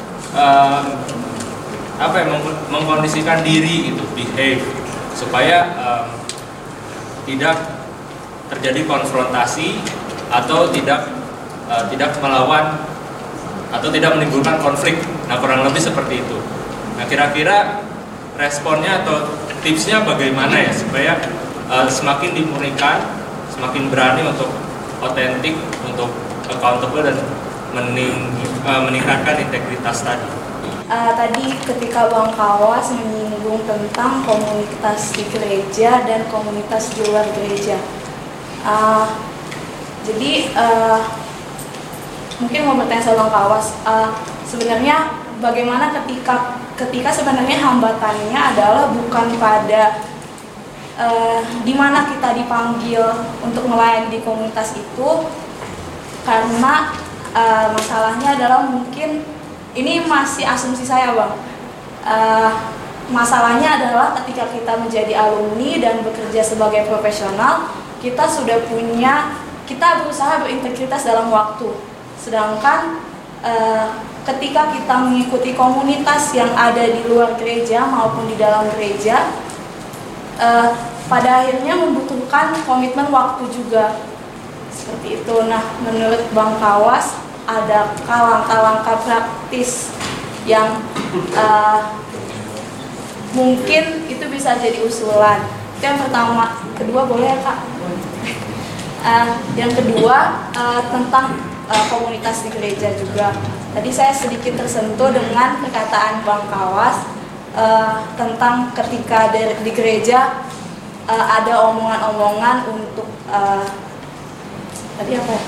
mengkondisikan diri gitu, behave, supaya tidak terjadi konfrontasi atau tidak melawan atau tidak menimbulkan konflik. Nah, kurang lebih seperti itu. Nah, kira-kira responnya atau tipsnya bagaimana ya supaya semakin dimurnikan, semakin berani untuk otentik, untuk accountable dan meningkatkan integritas tadi. Tadi ketika Bang Kawas menyinggung tentang komunitas di gereja dan komunitas di luar gereja. Jadi mungkin mau bertanya sama Bang Kawas, sebenarnya bagaimana ketika sebenarnya hambatannya adalah bukan pada di mana kita dipanggil untuk melayani di komunitas itu, karena masalahnya adalah mungkin ini masih asumsi saya, Bang. Masalahnya adalah ketika kita menjadi alumni dan bekerja sebagai profesional, kita berusaha berintegritas dalam waktu. Sedangkan ketika kita mengikuti komunitas yang ada di luar gereja maupun di dalam gereja, pada akhirnya membutuhkan komitmen waktu juga. Seperti itu. Nah, menurut Bang Kawas, adakah langkah-langkah praktis yang mungkin itu bisa jadi usulan? Itu yang pertama. Kedua boleh ya, Kak? Yang kedua tentang komunitas di gereja juga. Tadi saya sedikit tersentuh dengan perkataan Bang Kawas tentang ketika di gereja ada omongan-omongan untuk tadi apa?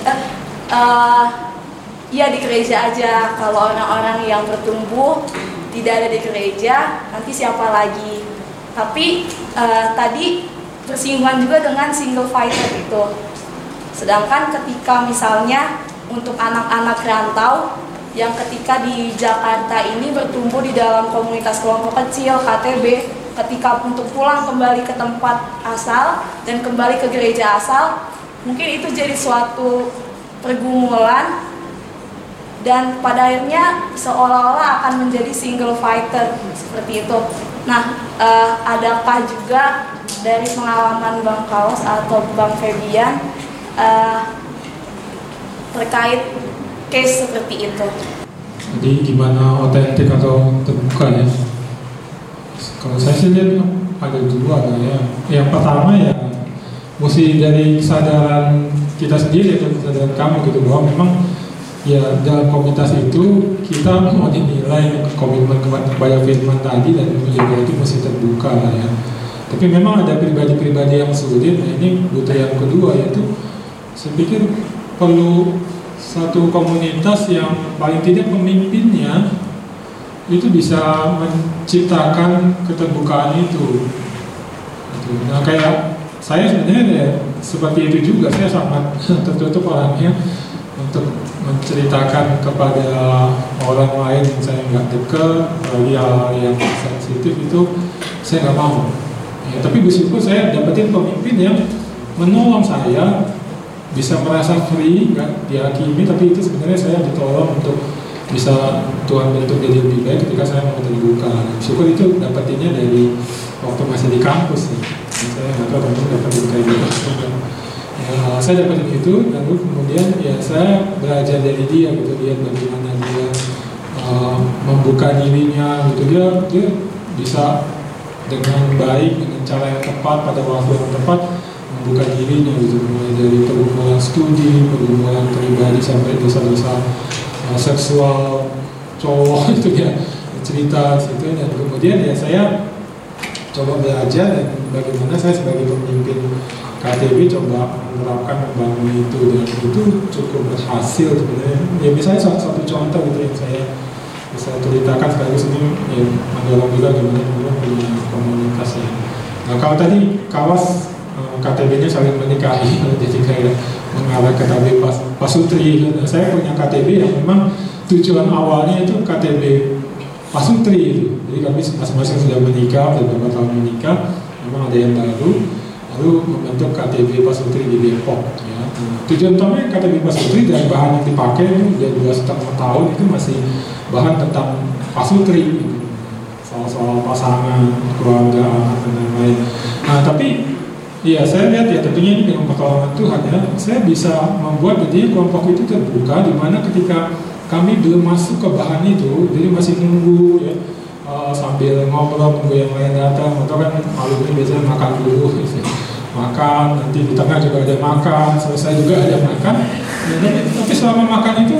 Ya di gereja aja. Kalau orang-orang yang bertumbuh tidak ada di gereja, nanti siapa lagi? Tapi tadi bersinggungan juga dengan single fighter itu. Sedangkan ketika misalnya untuk anak-anak rantau yang ketika di Jakarta ini bertumbuh di dalam komunitas kelompok kecil KTB, ketika untuk pulang kembali ke tempat asal dan kembali ke gereja asal, mungkin itu jadi suatu pergumulan dan pada akhirnya seolah-olah akan menjadi single fighter seperti itu. Nah, adakah juga dari pengalaman Bang Kawas atau Bang Febian terkait case seperti itu. Jadi gimana otentik atau terbuka ya? Kalau saya sih lihat ada dua ya. Yang pertama ya mesti dari kesadaran kita sendiri atau kesadaran kamu gitu, bahwa memang ya dalam komunitas itu kita mau dinilai komitmen kepada firman tadi dan menjaga itu mesti terbuka lah ya. Tapi memang ada pribadi-pribadi yang sulit. Nah ini butuh yang kedua, yaitu saya pikir perlu satu komunitas yang paling tidak pemimpinnya itu bisa menciptakan keterbukaan itu. Nah kayak saya sebenarnya ya, seperti itu juga, saya sangat tertutup orangnya untuk menceritakan kepada orang lain yang saya nggak dekat, hal yang sensitif itu saya nggak mau. Ya, tapi bersyukur saya dapetin pemimpin yang menolong saya bisa merasa free, nggak dihakimi, tapi itu sebenarnya saya ditolong untuk bisa Tuhan bentuk jadi lebih baik ketika saya mau terbuka. Syukur itu dapetinnya dari waktu masih di kampus sih. Saya nggak tahu teman dapetin kayak gitu. Ya, saya dapat itu, lalu kemudian ya saya belajar dari dia gitu, lihat bagaimana dia membuka dirinya gitu, dia bisa dengan baik, dengan cara yang tepat pada waktu yang tepat membuka dirinya gitu, mulai dari pergumulan studi, pergumulan pribadi sampai dosa-dosa seksual cowok itu ya cerita situ, dan kemudian ya saya coba belajar dan bagaimana saya sebagai pemimpin KTB coba menerapkan membangun itu, dan itu cukup berhasil sebenarnya. Ya misalnya satu contoh gitu yang saya bisa ceritakan sekaligus ini ya mendorong juga gimana kemudian punya komunitas ya. Nah kalau tadi kawas KTB-nya saling menikahi, jadi kayak mengarah ke KTB Pasutri. Nah, saya punya KTB yang memang tujuan awalnya itu KTB Pasutri itu. Jadi kami masing-masing sudah menikah, beberapa tahun menikah, memang ada yang baru. Lalu membentuk KTB Pasutri di Depok ya. Tujuan utamanya KTB Pasutri dari bahan yang dipakai itu udah 2,5 tahun itu masih bahan tentang pasutri gitu. Soal-soal pasangan, keluarga, anak dan lain-lain. Nah tapi ya saya lihat ya tentunya ini dengan pertolongan Tuhan ya, saya bisa membuat jadi kelompok itu terbuka, di mana ketika kami belum masuk ke bahan itu, jadi masih nunggu ya, sambil ngobrol nunggu yang lain datang, atau kan alumni biasanya makan dulu gitu. Makan, nanti di tengah juga ada makan, selesai juga ada makan ya, tapi selama makan itu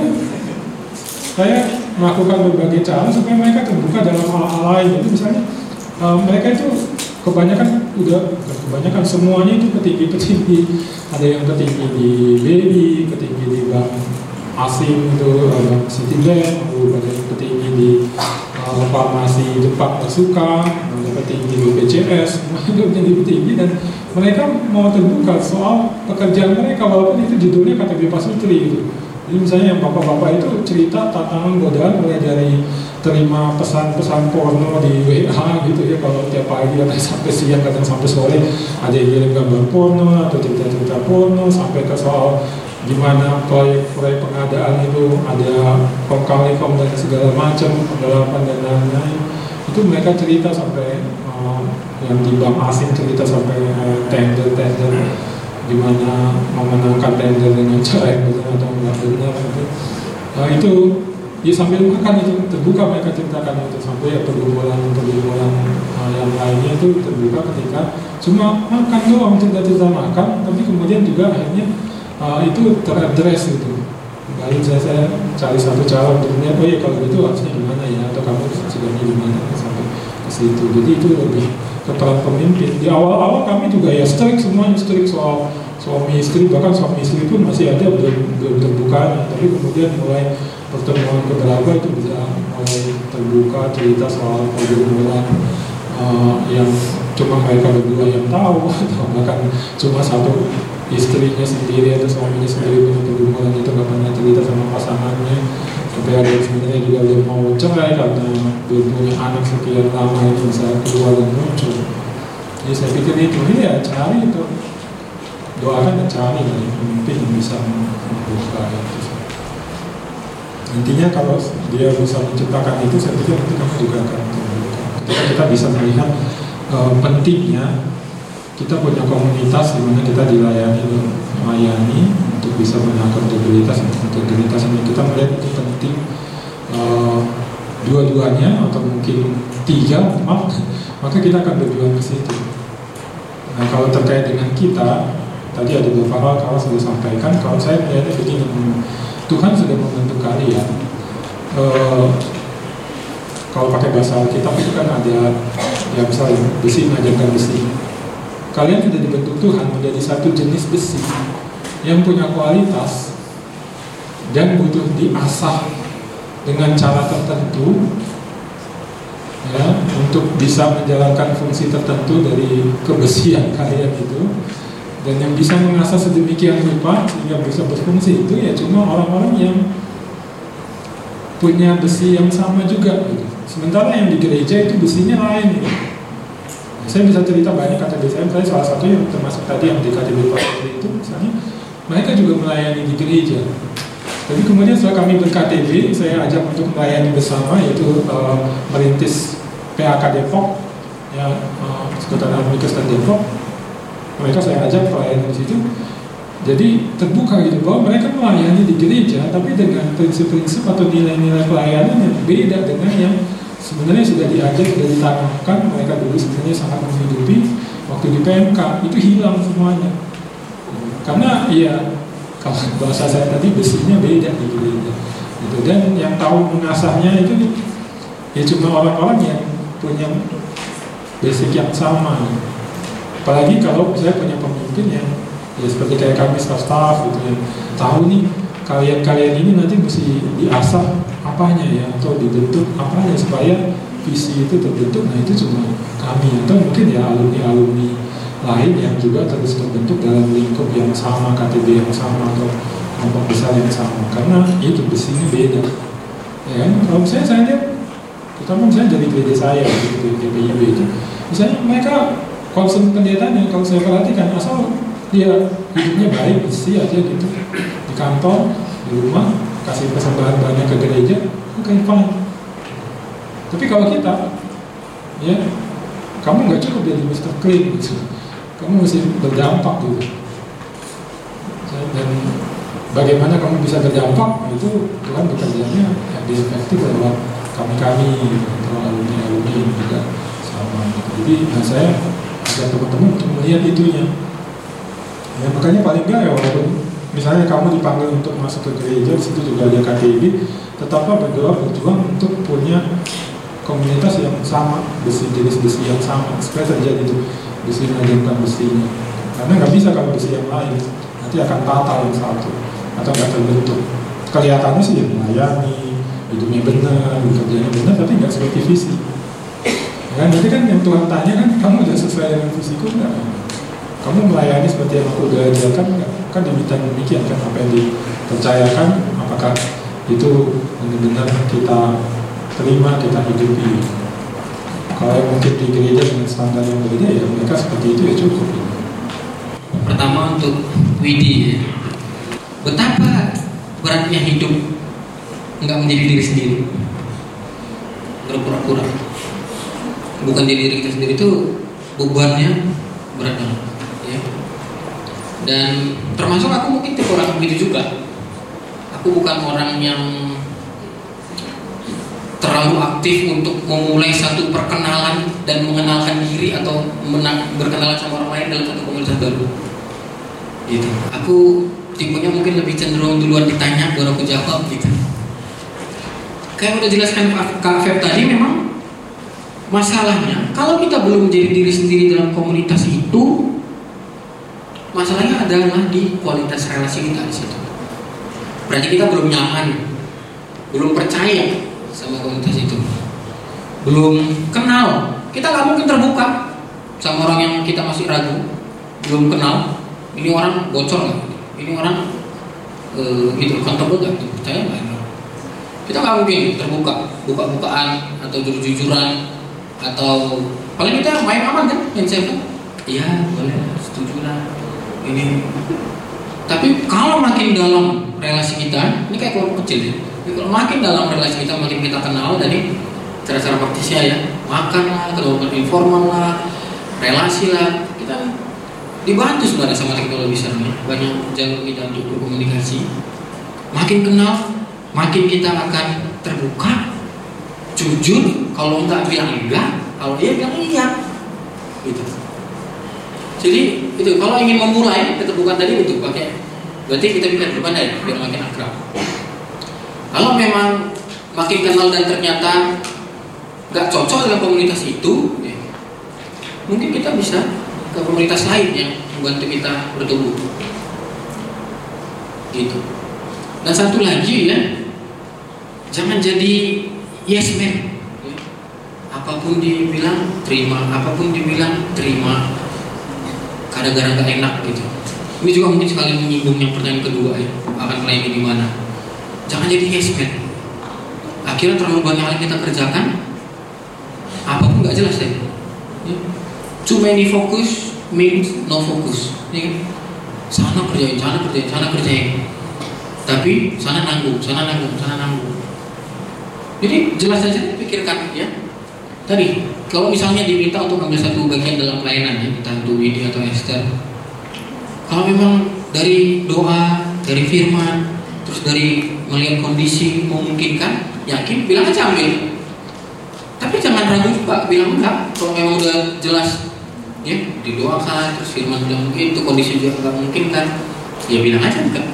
saya melakukan berbagai cara supaya mereka terbuka dalam hal-hal lain. Jadi misalnya mereka itu kebanyakan semuanya itu petinggi-petinggi, ada yang petinggi di BI, petinggi di bank asing itu, bank Citibank, ada yang petinggi di farmasi Jepang Asuka, ada petinggi di BCS, semuanya petinggi, dan mereka mau terbuka soal pekerjaan mereka walaupun itu judulnya KTB Pasutri gitu. Jadi misalnya yang bapak-bapak itu cerita tantangan godaan mulai dari terima pesan-pesan porno di WA gitu ya, kalau tiap pagi kadang sampai siang, kadang sampai sore ada yang kirim gambar porno atau cerita-cerita porno, sampai ke soal gimana proyek-proyek pengadaan itu ada kong-kali-kong dan segala macam, penggelapan dan lain-lain. Itu mereka cerita sampai yang di bank asing cerita sampai tender gimana memenangkan tender dengan cara yang benar atau enggak benar gitu. Nah itu ya sambil makan itu terbuka mereka ceritakan itu, sampai ya pergumulan yang lainnya itu terbuka ketika cuma makan doang, cerita-cerita makan, tapi kemudian juga akhirnya itu teradres gitu. Lalu saya cari satu cara untuk melihat, oh ya kalau gitu harusnya gimana ya, atau kamu sebenarnya gimana sampai ke situ. Jadi itu lebih ke peran pemimpin. Di awal-awal kami juga ya semuanya strict soal suami istri, bahkan suami istri pun masih ada belum terbuka, tapi kemudian mulai pertemuan keberapa itu bisa mulai terbuka, cerita soal pergumulan yang cuma mereka berdua yang tahu, atau bahkan cuma satu istrinya sendiri atau suaminya sendiri punya pergumulan itu nggak pernah cerita sama pasangannya, sampai ada yang sebenarnya juga belum mau cerai karena belum punya anak sekian lama itu bisa keluar dan muncul. Jadi saya pikir itu ya cari itu, doakan dan cari dari pemimpin yang bisa membuka itu. Intinya kalau dia bisa menciptakan itu, saya pikir nanti kamu juga akan terbuka. Ketika kita bisa melihat pentingnya kita punya komunitas di mana kita melayani untuk bisa mengakontabilitas integritas ini. Kita melihat itu penting dua-duanya atau mungkin tiga, maka kita akan berjuang ke situ. Nah, kalau terkait dengan kita, tadi ada beberapa hal kalau sudah sampaikan. Kalau saya melihatnya begini, Tuhan sudah membentuk kalian. Kalau pakai bahasa Alkitab itu kan ada ya misalnya besi mengajarkan besi. Kalian sudah dibentuk Tuhan menjadi satu jenis besi yang punya kualitas dan butuh diasah dengan cara tertentu ya, untuk bisa menjalankan fungsi tertentu dari kebesian kalian itu. Dan yang bisa mengasah sedemikian rupa sehingga bisa berfungsi itu ya cuma orang-orang yang punya besi yang sama juga gitu. Sementara yang di gereja itu besinya lain gitu. Saya bisa cerita banyak KTB saya salah satu yang termasuk tadi yang di KTB Pak itu misalnya, mereka juga melayani di gereja. Tapi kemudian setelah kami ber-KTB, saya ajak untuk melayani bersama, yaitu merintis PAK Depok, ya, Sekretariat Kristen Depok. Mereka saya ajak pelayanan di situ. Jadi terbuka gitu bahwa mereka melayani di gereja, tapi dengan prinsip-prinsip atau nilai-nilai pelayanan yang beda dengan yang sebenarnya sudah diajar, sudah ditanamkan. Mereka dulu sebenarnya sangat menghidupi. Waktu di PMK itu hilang semuanya. Karena ya kalau bahasa saya tadi besinya beda di gereja gitu. Dan yang tahu mengasahnya itu ya cuma orang-orang yang punya basic yang sama gitu. Apalagi kalau saya punya pemimpin yang ya seperti kayak kami staff gitu yang tahu nih kalian ini nanti mesti diasah apanya ya, atau dibentuk apanya supaya visi itu terbentuk. Nah itu cuma kami atau mungkin ya alumni lain yang juga terus terbentuk dalam lingkup yang sama, KTB yang sama atau kelompok besar yang sama, karena itu besinya beda ya kan. Kalau saya lihat terutama misalnya dari gereja saya gitu, GPIB itu misalnya mereka konsum pendetanya kalau saya perhatikan asal dia hidupnya baik, bersih aja gitu di kantor, di rumah, kasih persembahan banyak ke gereja, oke fine. Tapi kalau kita ya kamu nggak cukup jadi Mr. Clean gitu, kamu mesti berdampak gitu. Dan bagaimana kamu bisa berdampak itu Tuhan bekerjanya ya, efektif lewat kami gitu, atau alumni ini juga sama gitu. Jadi saya ajak teman-teman untuk melihat itunya ya, makanya paling enggak ya walaupun misalnya kamu dipanggil untuk masuk ke gereja, di situ juga ada KTB, tetaplah berjuang untuk punya komunitas yang sama, jenis besi yang sama, supaya terjadi itu besi mengajarkan besinya. Karena nggak bisa kalau besi yang lain nanti akan patah yang satu atau nggak terbentuk. Kelihatannya sih ya melayani, hidupnya benar, kerjanya benar, tapi nggak seperti visi. Ya, nanti kan yang Tuhan tanya kan, kamu udah sesuai dengan visiku nggak? Kamu melayani seperti yang aku udah ajarkan nggak? Kan diminta demikian kan, apa yang dipercayakan, apakah itu benar-benar kita terima, kita hidupi. Kalau yang mungkin di gereja dengan standar yang berbeda ya mereka seperti itu ya cukup. Pertama untuk Widi, betapa beratnya hidup nggak menjadi diri sendiri, berpura-pura. Bukan diri kita sendiri itu bebannya berat banget, ya. Dan termasuk aku mungkin tipe orang begitu juga. Aku bukan orang yang terlalu aktif untuk memulai satu perkenalan dan mengenalkan diri atau berkenalan sama orang lain dalam satu komunitas baru. Gitu. Aku tipenya mungkin lebih cenderung duluan ditanya baru aku jawab gitu. Kayak udah jelaskan Kak Feb tadi, memang masalahnya kalau kita belum menjadi diri sendiri dalam komunitas itu, masalahnya adalah di kualitas relasi kita di situ. Berarti kita belum nyaman, belum percaya sama komunitas itu, belum kenal. Kita nggak mungkin terbuka sama orang yang kita masih ragu, belum kenal. Ini orang bocor nggak? Ini orang gitu, comfortable nggak? Percaya nggak? Kita nggak mungkin terbuka, buka-bukaan atau jujur-jujuran, atau paling kita main aman kan? Yang saya bilang, iya boleh, setuju lah. Ini. Tapi kalau makin dalam relasi kita, ini kayak kelompok kecil ya. Kalau makin dalam relasi kita, makin kita kenal dari cara-cara praktisnya ya, makan lah, kelompok informal lah, relasi lah, kita dibantu sebenarnya sama teknologi sekarang ya. Banyak jalur kita untuk berkomunikasi. Makin kenal, makin kita akan terbuka, jujur. Kalau enggak bilang enggak, kalau iya bilang iya, gitu. Jadi itu kalau ingin memulai keterbukaan tadi itu pakai, berarti kita bisa berpandai biar makin akrab. Kalau memang makin kenal dan ternyata nggak cocok dengan komunitas itu, ya, mungkin kita bisa ke komunitas lain yang membantu kita bertumbuh. Gitu. Dan satu lagi ya, jangan jadi yes man. Ya. Apapun dibilang terima, apapun dibilang terima. Kadang-kadang gak enak gitu. Ini juga mungkin sekali menyinggung yang pertanyaan kedua ya, akan melayani di mana. Jangan jadi yes man. Akhirnya terlalu banyak hal yang kita kerjakan, apapun nggak jelas ya. Too many focus means no focus. Ya. Sana kerjain, sana kerjain, sana kerjain. Tapi sana nanggung, sana nanggung, sana nanggung. Jadi jelas saja pikirkan ya. Tadi kalau misalnya diminta untuk ambil satu bagian dalam pelayanan ya, entah itu Widi atau Esther. Kalau memang dari doa, dari firman, terus dari melihat kondisi memungkinkan, yakin bilang aja ambil. Tapi jangan ragu Pak, bilang enggak. Kalau memang udah jelas ya, didoakan, terus firman bilang mungkin itu kondisi juga enggak memungkinkan, ya bilang aja enggak.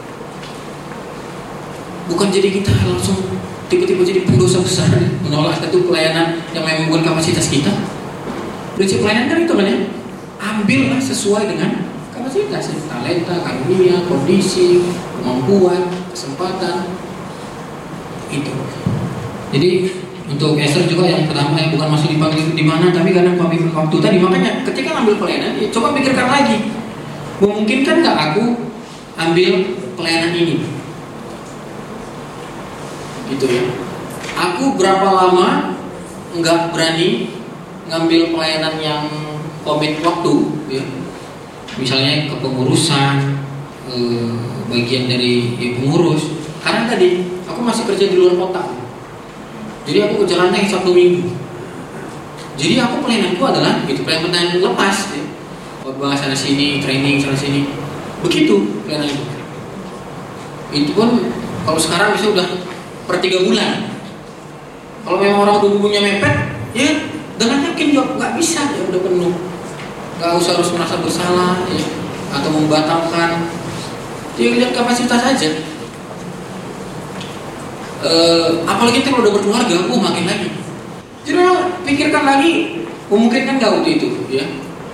Bukan jadi kita langsung tiba-tiba jadi pendosa besar menolak satu pelayanan yang memang bukan kapasitas kita. Prinsip pelayanan kan itu kan ya, ambillah sesuai dengan kapasitas, talenta, karunia, kondisi, kemampuan, kesempatan itu. Jadi untuk Esther juga yang pertama yang bukan masuk dipanggil di mana, tapi karena pemimpin waktu tadi, makanya ketika ambil pelayanan, ya coba pikirkan lagi, memungkinkan nggak aku ambil pelayanan ini? Gitu ya. Aku berapa lama nggak berani ngambil pelayanan yang komit waktu, ya. Misalnya kepengurusan, bagian dari pengurus. Karena tadi aku masih kerja di luar kota, jadi aku kerjaannya Sabtu Minggu. Jadi aku pelayananku adalah gitu, pelayanan lepas, ya. Khotbah sana sini, training sana sini, begitu pelayanan itu. Itu pun kalau sekarang bisa udah per 3 bulan. Kalau memang orang tubuhnya mepet, ya dengan yakin juga nggak bisa, ya udah penuh. Nggak usah harus merasa bersalah ya, atau membatalkan. Dia lihat kapasitas saja. Apalagi kalau udah berkeluarga, makin lagi. Jadi pikirkan lagi, memungkinkan nggak waktu itu, ya.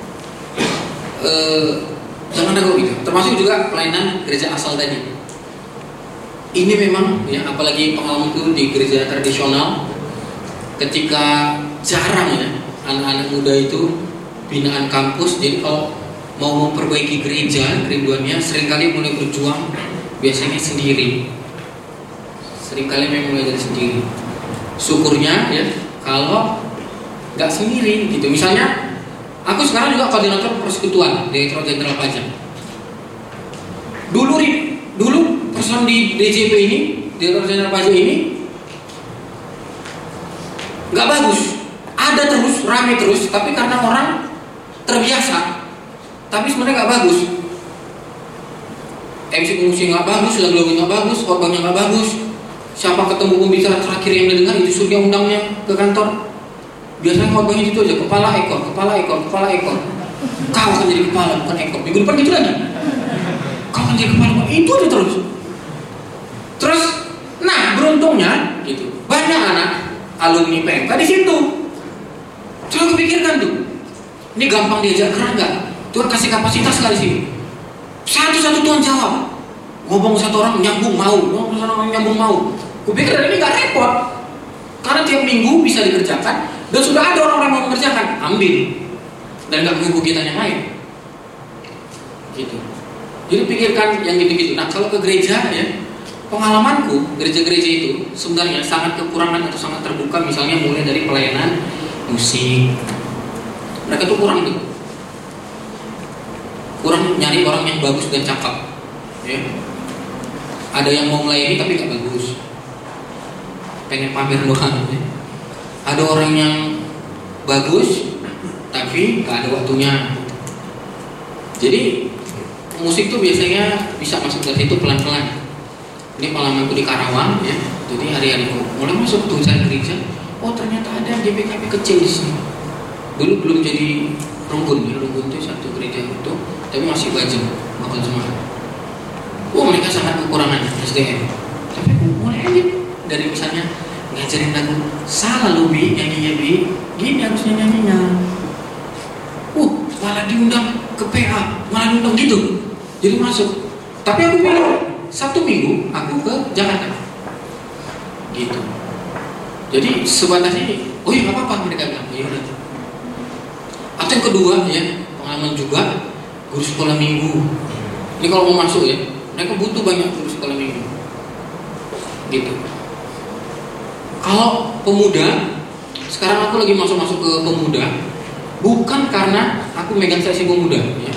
Jangan ragu itu. Termasuk juga pelayanan gereja asal tadi. Ini memang ya, apalagi pengalamanku di gereja tradisional, ketika jarang ya anak-anak muda itu binaan kampus. Jadi kalau mau memperbaiki gereja, kerinduannya seringkali mulai berjuang biasanya sendiri. Seringkali memang mulai dari sendiri. Syukurnya ya kalau nggak sendiri gitu. Misalnya aku sekarang juga koordinator persekutuan Direktur Jenderal Pajak. Dulu persoalan di DJP ini, Direktur Jenderal Pajak ini nggak bagus, ada terus, rame terus, tapi karena orang terbiasa, tapi sebenarnya nggak bagus. MC pengungsi nggak bagus, lagu-lagu nggak bagus, khotbahnya nggak bagus. Siapa ketemu pembicara terakhir yang mendengar itu surga undangnya ke kantor. Biasanya khotbahnya gitu aja, kepala ekor, kepala ekor, kepala ekor. Kau akan jadi kepala bukan ekor. Minggu depan gitu lagi. Kau akan jadi kepala, itu aja terus. Terus, nah beruntungnya gitu, banyak anak alumni PMK di situ. Coba kepikirkan tuh, ini gampang diajak gerak nggak? Tuhan kasih kapasitas nggak di sini? Satu-satu Tuhan jawab. Ngomong satu orang nyambung mau, ngomong satu orang nyambung mau. Kupikir ini nggak repot, karena tiap minggu bisa dikerjakan dan sudah ada orang yang mau mengerjakan, ambil dan nggak menunggu kita yang lain. Gitu. Jadi pikirkan yang gitu-gitu. Nah kalau ke gereja ya, pengalamanku gereja-gereja itu sebenarnya sangat kekurangan atau sangat terbuka. Misalnya mulai dari pelayanan musik, mereka tuh kurang tuh, kurang nyari orang yang bagus dan cakep. Ya. Ada yang mau melayani tapi nggak bagus, pengen pamer doang. Ya. Ada orang yang bagus tapi nggak ada waktunya. Jadi musik tuh biasanya bisa masuk ke situ pelan-pelan. Ini pengalamanku di Karawang ya. Jadi hari-hari mulai masuk tuh saya gereja, oh ternyata ada GPKP kecil di sini. Dulu belum jadi rumbun ya, rumbun itu satu gereja itu, tapi masih bajeng, bakal semangat. Mereka sangat kekurangan SDM. Tapi mulai aja dari misalnya ngajarin lagu, salah lu Bi, nyanyinya Bi, gini harusnya nyanyinya. Malah diundang ke PA, malah diundang gitu. Jadi masuk. Tapi aku bilang, Sabtu Minggu aku ke Jakarta. Gitu. Jadi sebatas ini, nggak apa-apa mereka bilang, ya udah. Atau yang kedua ya, pengalaman juga guru sekolah minggu. Ini kalau mau masuk ya, mereka butuh banyak guru sekolah minggu. Gitu. Kalau pemuda, sekarang aku lagi masuk ke pemuda, bukan karena aku megang sesi pemuda ya.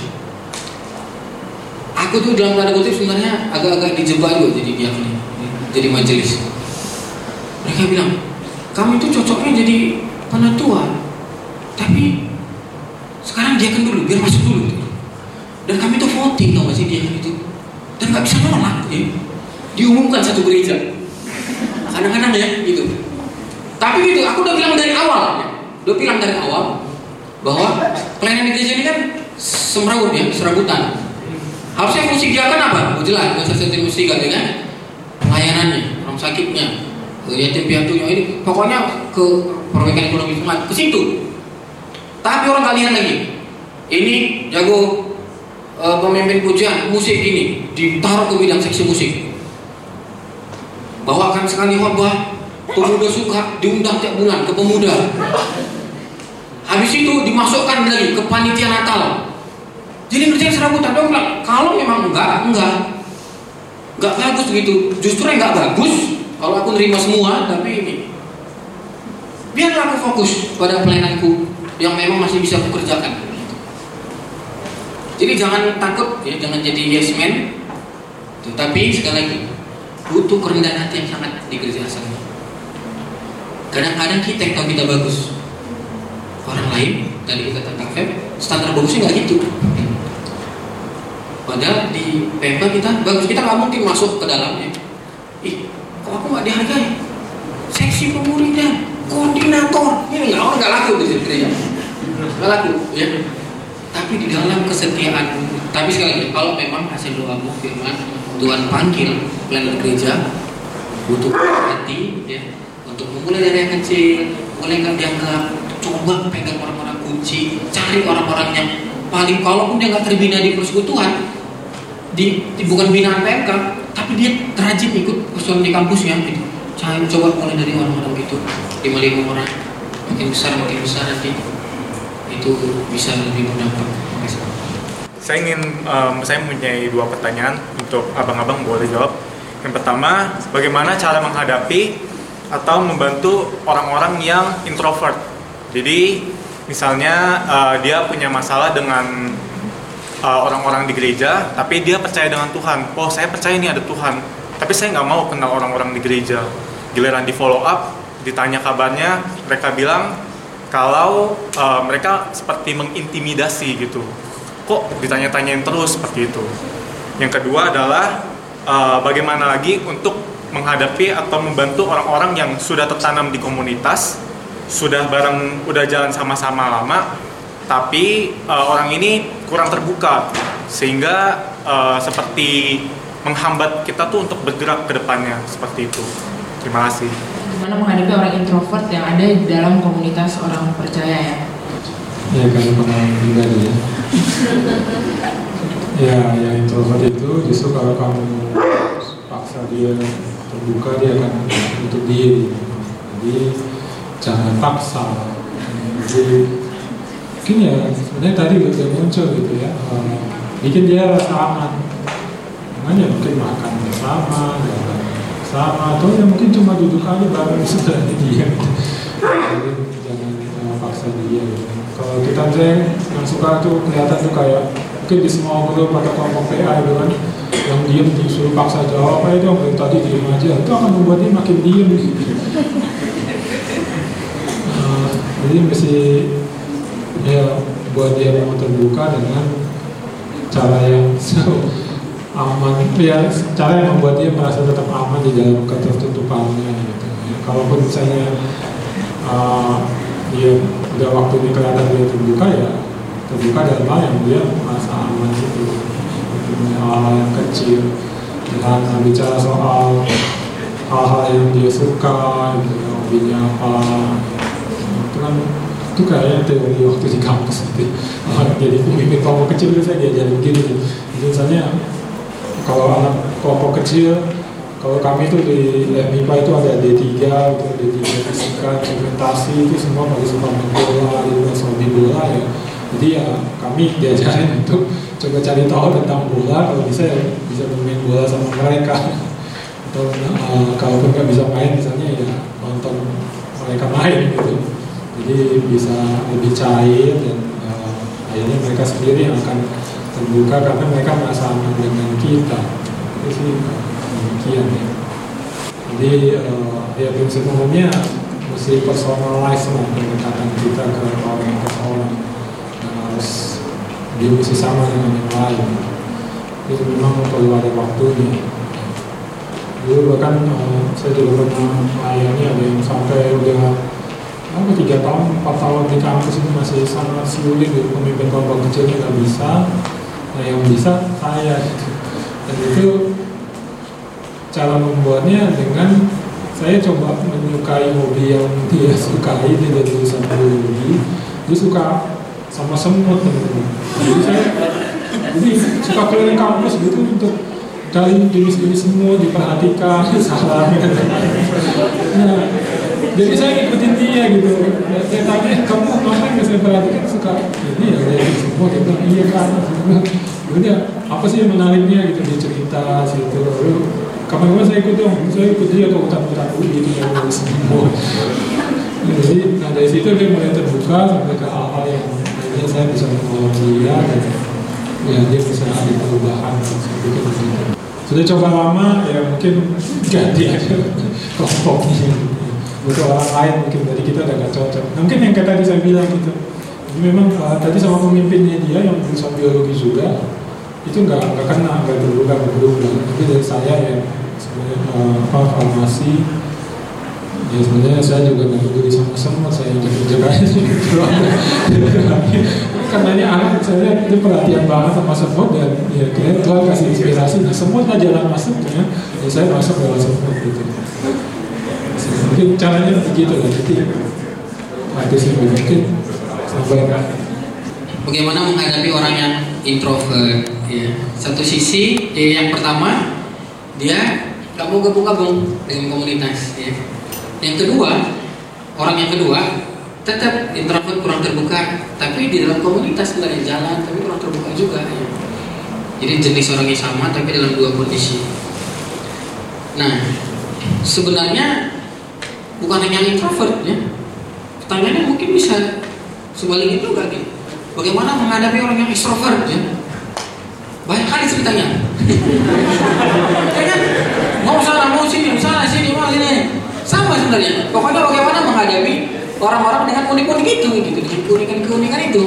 Aku tuh dalam tanda kutip sebenarnya agak-agak dijebak juga jadi diakon, jadi majelis. Mereka bilang, kamu itu cocoknya jadi penatua, tapi sekarang diakon dulu, biar masuk dulu. Dan kami tuh voting, tau gak sih diakon itu, dan nggak bisa nolak ya. Diumumkan satu gereja, kadang-kadang ya gitu. Tapi gitu, aku udah bilang dari awal, bahwa pelayanan di gereja ini kan semrawut ya, serabutan. Harusnya fungsi dia kan apa? Jelas, nggak usah sentuh mesti ya kan? Pelayanannya, orang sakitnya, yatim piatunya, ini pokoknya ke perbaikan ekonomi umat ke situ. Tapi orang nggak lihat lagi. Ini jago pemimpin pujian musik ini ditaruh ke bidang seksi musik. Bawakan sekali khotbah, pemuda suka diundang tiap bulan ke pemuda. Habis itu dimasukkan lagi ke panitia Natal. Jadi ngerjain serabutan. Dia bilang, kalau memang enggak bagus gitu. Justru enggak bagus kalau aku nerima semua, tapi ini biarlah aku fokus pada pelayananku yang memang masih bisa aku kerjakan. Jadi jangan takut ya, jangan jadi yes man. Tapi sekali lagi butuh kerendahan hati yang sangat di gereja sana. Kadang-kadang kita yang tahu kita bagus, orang lain tadi kita tentang standar bagusnya nggak gitu. Padahal di PMK kita bagus, kita nggak mungkin masuk ke dalamnya. Kok aku nggak dihargai? Seksi pemuridan, koordinator, ini nggak laku di gereja, nggak laku ya. Tapi di dalam kesetiaan, tapi sekali lagi kalau memang hasil doamu firman Tuhan panggil pelayanan gereja, butuh hati ya, untuk memulai dari yang kecil, mulai nggak dianggap, coba pegang orang-orang kunci, cari orang-orang yang paling, kalaupun dia nggak terbina di persekutuan, bukan binaan PMK, tapi dia rajin ikut persoalan di kampusnya gitu. Coba mulai dari orang-orang gitu, 5 orang, makin besar nanti itu bisa lebih berdampak. Saya mempunyai 2 pertanyaan untuk abang-abang, boleh jawab. Yang pertama, bagaimana cara menghadapi atau membantu orang-orang yang introvert? Jadi misalnya dia punya masalah dengan orang-orang di gereja, tapi dia percaya dengan Tuhan. Oh, saya percaya ini ada Tuhan, tapi saya nggak mau kenal orang-orang di gereja. Giliran di follow up, ditanya kabarnya, mereka bilang kalau mereka seperti mengintimidasi gitu. Kok ditanya-tanyain terus seperti itu. Yang kedua adalah bagaimana lagi untuk menghadapi atau membantu orang-orang yang sudah tertanam di komunitas, sudah jalan sama-sama lama, tapi orang ini kurang terbuka, sehingga seperti menghambat kita tuh untuk bergerak ke depannya, seperti itu. Terima kasih. Bagaimana menghadapi orang introvert yang ada di dalam komunitas orang percaya ya? Ya, karena pengalaman pribadi ya. Ya, yang introvert itu justru kalau kamu paksa dia terbuka, dia akan tutup diri. Jadi jangan paksa. Jadi mungkin ya sebenarnya tadi udah muncul gitu ya, bikin dia rasa aman. Makanya mungkin makan bersama, jalan bersama, atau ya mungkin cuma duduk aja bareng sebelah dia. Jadi jangan paksa dia gitu. Kalau kita yang suka tuh kelihatan tuh kayak mungkin di semua grup atau kelompok PA gitu kan, yang diem disuruh paksa jawab aja dong, dari tadi diem aja, itu akan membuat dia makin diem gitu. Jadi mesti ya buat dia mau terbuka dengan cara yang aman, ya cara yang membuat dia merasa tetap aman di dalam ketertutupannya gitu. Ya, kalaupun misalnya dia udah waktunya kelihatan dia terbuka, ya terbuka dalam hal yang dia merasa aman gitu, hal-hal yang kecil, dan bicara soal hal-hal yang dia suka, gitu, hobinya apa, itu kan itu kayaknya teori waktu di kampus gitu. Jadi pemimpin kelompok kecil itu saya diajarin begini gitu. Jadi misalnya kalau anak kelompok kecil, kalau kami itu di MIPA itu ada D3, itu D3 fisika, segmentasi, itu semua pada suka main bola, itu hobi bola ya. Jadi ya kami diajarin untuk coba cari tahu tentang bola, kalau bisa ya bisa bermain bola sama mereka. Atau kalaupun nggak bisa main misalnya ya nonton mereka main gitu. Jadi bisa lebih cair dan akhirnya mereka sendiri yang akan terbuka karena mereka merasa aman dengan kita. Itu sih demikian ya. Jadi ya prinsip umumnya mesti personalize lah pendekatan kita ke orang. Harus dia mesti sama dengan yang lain. Itu memang perlu ada waktunya. Dulu bahkan saya juga pernah melayani ada yang sampai udah 3 tahun, 4 tahun di kampus itu masih sangat sulit gitu. Pemimpin kelompok kecilnya nggak bisa, nah yang bisa saya gitu. Dan itu cara membuatnya dengan saya coba menyukai hobi yang dia sukai. Dia dari lulusan biologi, dia suka sama semut teman-teman. Jadi suka keliling kampus gitu untuk cari jenis-jenis semut, diperhatikan, salah. Nah, jadi saya ngikutin dia gitu. Saya tanya, kamu ngapain nggak saya perhatikan suka ini ya dari semua. Dia bilang iya kan. Udah apa sih yang menariknya gitu, dia cerita situ. Lalu kapan-kapan saya ikut dong, saya ikut dia ke hutan-hutan gitu yang dari semua. Jadi dari situ dia mulai terbuka sampai ke hal-hal yang akhirnya saya bisa menolong dia dan ya dia bisa ada perubahan sedikit gitu. Sudah coba lama ya mungkin ganti aja kelompoknya. Butuh orang lain mungkin dari kita udah gak cocok. Mungkin yang kayak tadi saya bilang gitu. Jadi memang tadi sama pemimpinnya dia yang lulusan biologi juga itu nggak kena, nggak berubah. Tapi dari saya yang sebenarnya farmasi, ya sebenarnya saya juga nggak peduli sama semut, saya jaga aja. Karenanya anak saya itu perhatian banget sama semut dan ya kayaknya Tuhan kasih inspirasi. Nah semut lah jalan masuknya, ya saya masuk lewat semut gitu. Mungkin caranya begitu lah, jadi artisnya mungkin sampaikan. Bagaimana menghadapi orang yang introvert? Ya. Satu sisi, yang pertama dia nggak mau gabung-gabung dengan komunitas. Ya. Yang kedua, orang yang kedua tetap introvert, kurang terbuka, tapi di dalam komunitas sebenarnya jalan, tapi kurang terbuka juga. Ya. Jadi jenis orangnya sama, tapi dalam dua kondisi. Nah, sebenarnya bukan hanya introvert ya. Pertanyaannya mungkin bisa sebaliknya juga gitu. Bagaimana menghadapi orang yang extrovert ya? Banyak kali ceritanya. Ya kan? Mau sana, mau sini, mau sini. Sama sebenarnya. Pokoknya bagaimana menghadapi orang-orang dengan unik-unik itu gitu, dengan keunikan-keunikan itu.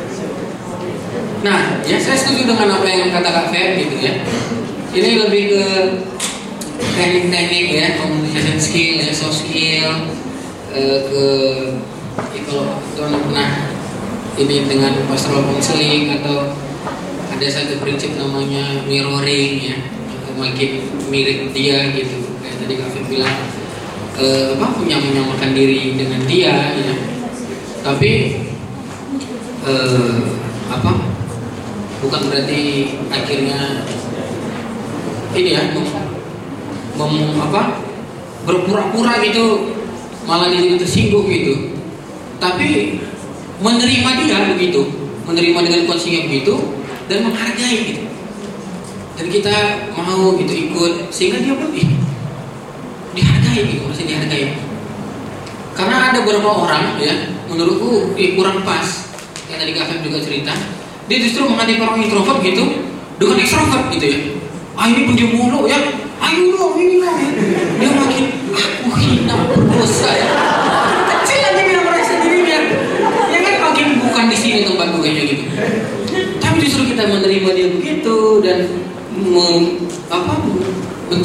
Nah, ya saya setuju dengan apa yang kata Kak Feb gitu ya. Ini lebih ke teknik-teknik ya, communication skill, ya, soft skill, kalau teman pernah ini dengan pastoral counseling atau ada satu prinsip namanya mirroring ya, makin mirip dia gitu. Kayak tadi Kak Feb bilang menyamakan diri dengan dia ya. Tapi bukan berarti akhirnya ini ya berpura-pura gitu malah jadi tersinggung gitu. Tapi menerima dia begitu, menerima dengan kondisinya begitu dan menghargai gitu. Dan kita mau gitu ikut sehingga dia pun dihargai gitu, masih dihargai. Karena ada beberapa orang ya, menurutku kurang pas. Kayak tadi Kak Feb juga cerita, dia justru menghadapi orang introvert gitu dengan ekstrovert gitu ya. Ini pendiam mulu ya. Ayo dong, ini dong. Dia makin aku hina berdosa ya. Kecil aja dia merasa dirinya. Ya kan makin bukan di sini tempat gue gitu. Tapi justru kita menerima dia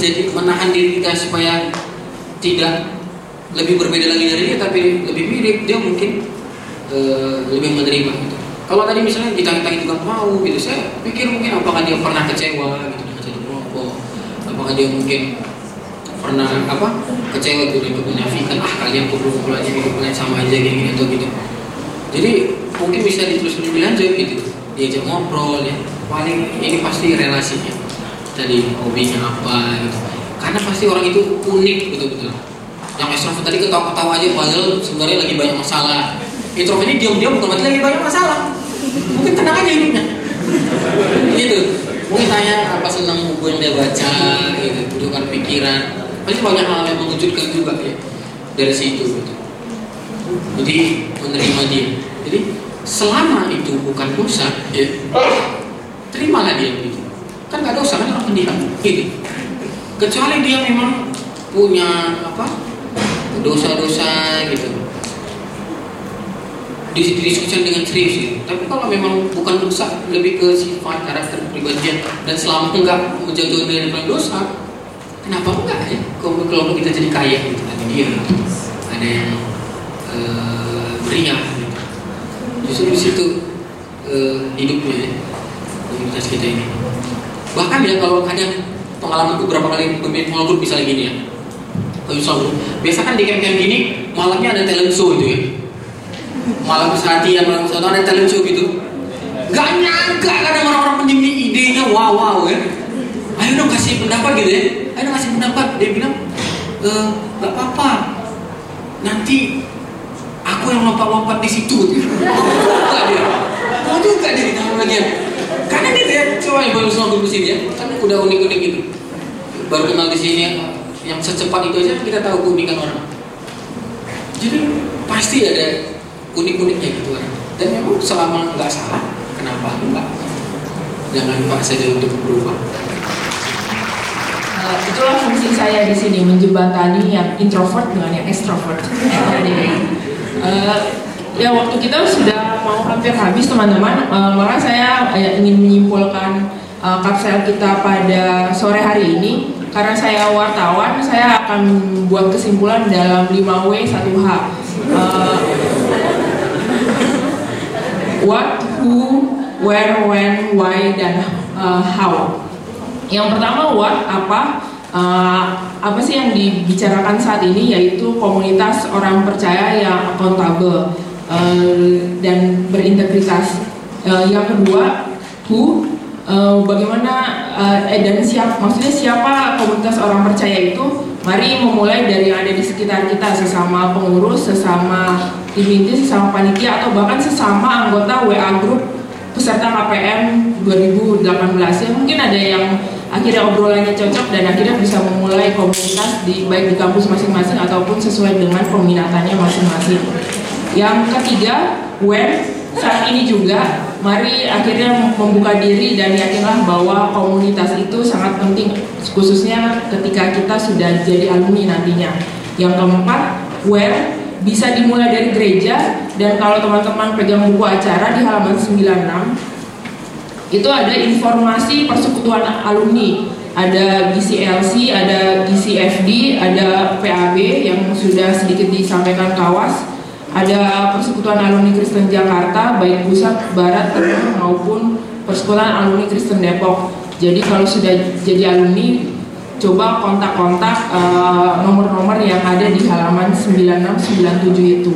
menahan diri kita supaya tidak lebih berbeda lagi dari dia, tapi lebih mirip, dia mungkin lebih menerima gitu. Kalau tadi misalnya ditanya-tanya juga mau gitu, saya pikir mungkin apakah dia pernah kecewa gitu dengan satu kelompok, apakah dia mungkin pernah kecewa gitu dengan menafikan kalian kumpul-kumpul aja gitu, kalian sama aja gini atau gitu. Jadi mungkin bisa ditelusuri lebih lanjut gitu, diajak ngobrol ya, paling ini pasti relasinya tadi hobinya apa gitu, karena pasti orang itu unik betul-betul. Yang ekstrovert tadi ketawa-ketawa aja padahal sebenarnya lagi banyak masalah. Introvert ini diam-diam bukan berarti lagi banyak masalah, mungkin tenang aja hidupnya gitu. Mungkin tanya apa senang buku yang dia baca gitu, tukar pikiran, pasti banyak hal yang mengejutkan juga ya dari situ gitu. Jadi menerima dia. Jadi selama itu bukan dosa ya, terimalah dia gitu. Kan nggak dosa kan orang pendiam gitu. Kecuali dia memang punya dosa-dosa gitu, didiskusikan dengan serius gitu. Tapi kalau memang bukan dosa, lebih ke sifat karakter pribadinya, dan selama enggak menjatuhkan dari dosa, kenapa enggak ya? Kalau kita jadi kaya gitu, ada dia, ada yang beriah gitu. Justru di situ hidupnya ya, komunitas kita ini. Bahkan ya kalau ada pengalamanku berapa kali pemimpin small group misalnya gini ya. Biasa kan di camp-camp gini malamnya ada talent show gitu ya, malam kesehatian, malam kesehatan ada talent show gitu. Gak nyangka kadang orang-orang pendiam idenya wow ya, ayo dong kasih pendapat gitu ya, ayo dong kasih pendapat. Dia bilang gak apa-apa, nanti aku yang lompat-lompat di situ gitu. Enggak dia, mau juga dia di tahun bagian, karena gitu ya, coba yang baru semua grup sini ya, kan udah unik-unik gitu, baru kenal di sini ya. Yang secepat itu aja kita tahu keunikan orang. Jadi pasti ada unik-uniknya gitu orang. Dan memang selama nggak salah, kenapa enggak? Jangan paksa dia untuk berubah. Itulah fungsi saya di sini, menjembatani yang introvert dengan yang extrovert. Ya waktu kita sudah mau hampir habis teman-teman. Malah saya ingin menyimpulkan kapsel kita pada sore hari ini. Karena saya wartawan, saya akan buat kesimpulan dalam 5W 1H. What, who, where, when, why, dan how. Yang pertama what, apa sih yang dibicarakan saat ini, yaitu komunitas orang percaya yang akuntabel dan berintegritas. Yang kedua who, bagaimana dan maksudnya siapa komunitas orang percaya itu. Mari memulai dari yang ada di sekitar kita, sesama pengurus, sesama tim inti, sesama panitia, atau bahkan sesama anggota WA group peserta KPM 2018 ya. Mungkin ada yang akhirnya obrolannya cocok dan akhirnya bisa memulai komunitas baik di kampus masing-masing ataupun sesuai dengan peminatannya masing-masing. Yang ketiga, saat ini juga mari akhirnya membuka diri dan yakinlah bahwa komunitas itu sangat penting, khususnya ketika kita sudah jadi alumni nantinya. Yang keempat, bisa dimulai dari gereja, dan kalau teman-teman pegang buku acara di halaman 96 itu ada informasi persekutuan alumni, ada GCLC, ada GCFD, ada PAB yang sudah sedikit disampaikan Kawas. Ada Persekutuan Alumni Kristen Jakarta, baik pusat, barat, timur maupun Persekutuan Alumni Kristen Depok. Jadi kalau sudah jadi alumni, coba kontak-kontak nomor-nomor yang ada di halaman 96-97 itu.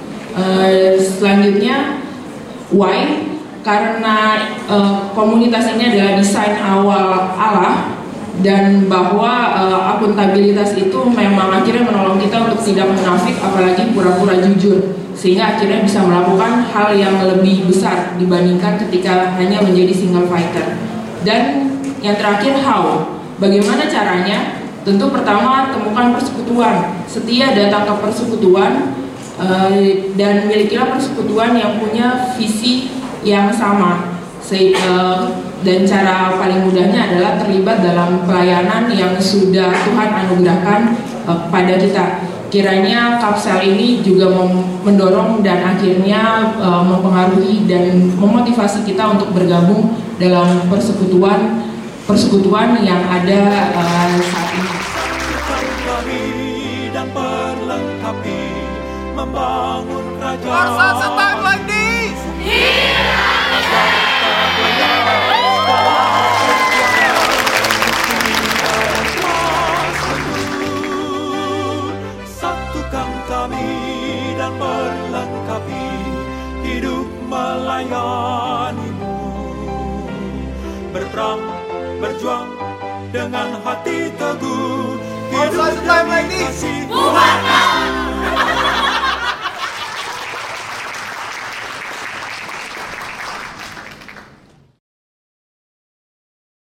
Selanjutnya, why? Karena komunitas ini adalah desain awal Allah, dan bahwa akuntabilitas itu memang akhirnya menolong kita untuk tidak munafik, apalagi pura-pura jujur, sehingga akhirnya bisa melakukan hal yang lebih besar dibandingkan ketika hanya menjadi single fighter. Dan yang terakhir, how? Bagaimana caranya? Tentu pertama, temukan persekutuan, setia datang ke persekutuan, dan milikilah persekutuan yang punya visi yang sama. Dan cara paling mudahnya adalah terlibat dalam pelayanan yang sudah Tuhan anugerahkan kepada kita. Kiranya kapsel ini juga mendorong dan akhirnya mempengaruhi dan memotivasi kita untuk bergabung dalam persekutuan persekutuan yang ada saat ini. Kami dan perlengkapi membangun kerajaan. What's a time like this? Satukan kami dan perlengkapi hidup melayanimu, berperang, berjuang dengan hati teguh, hidup demi kasih.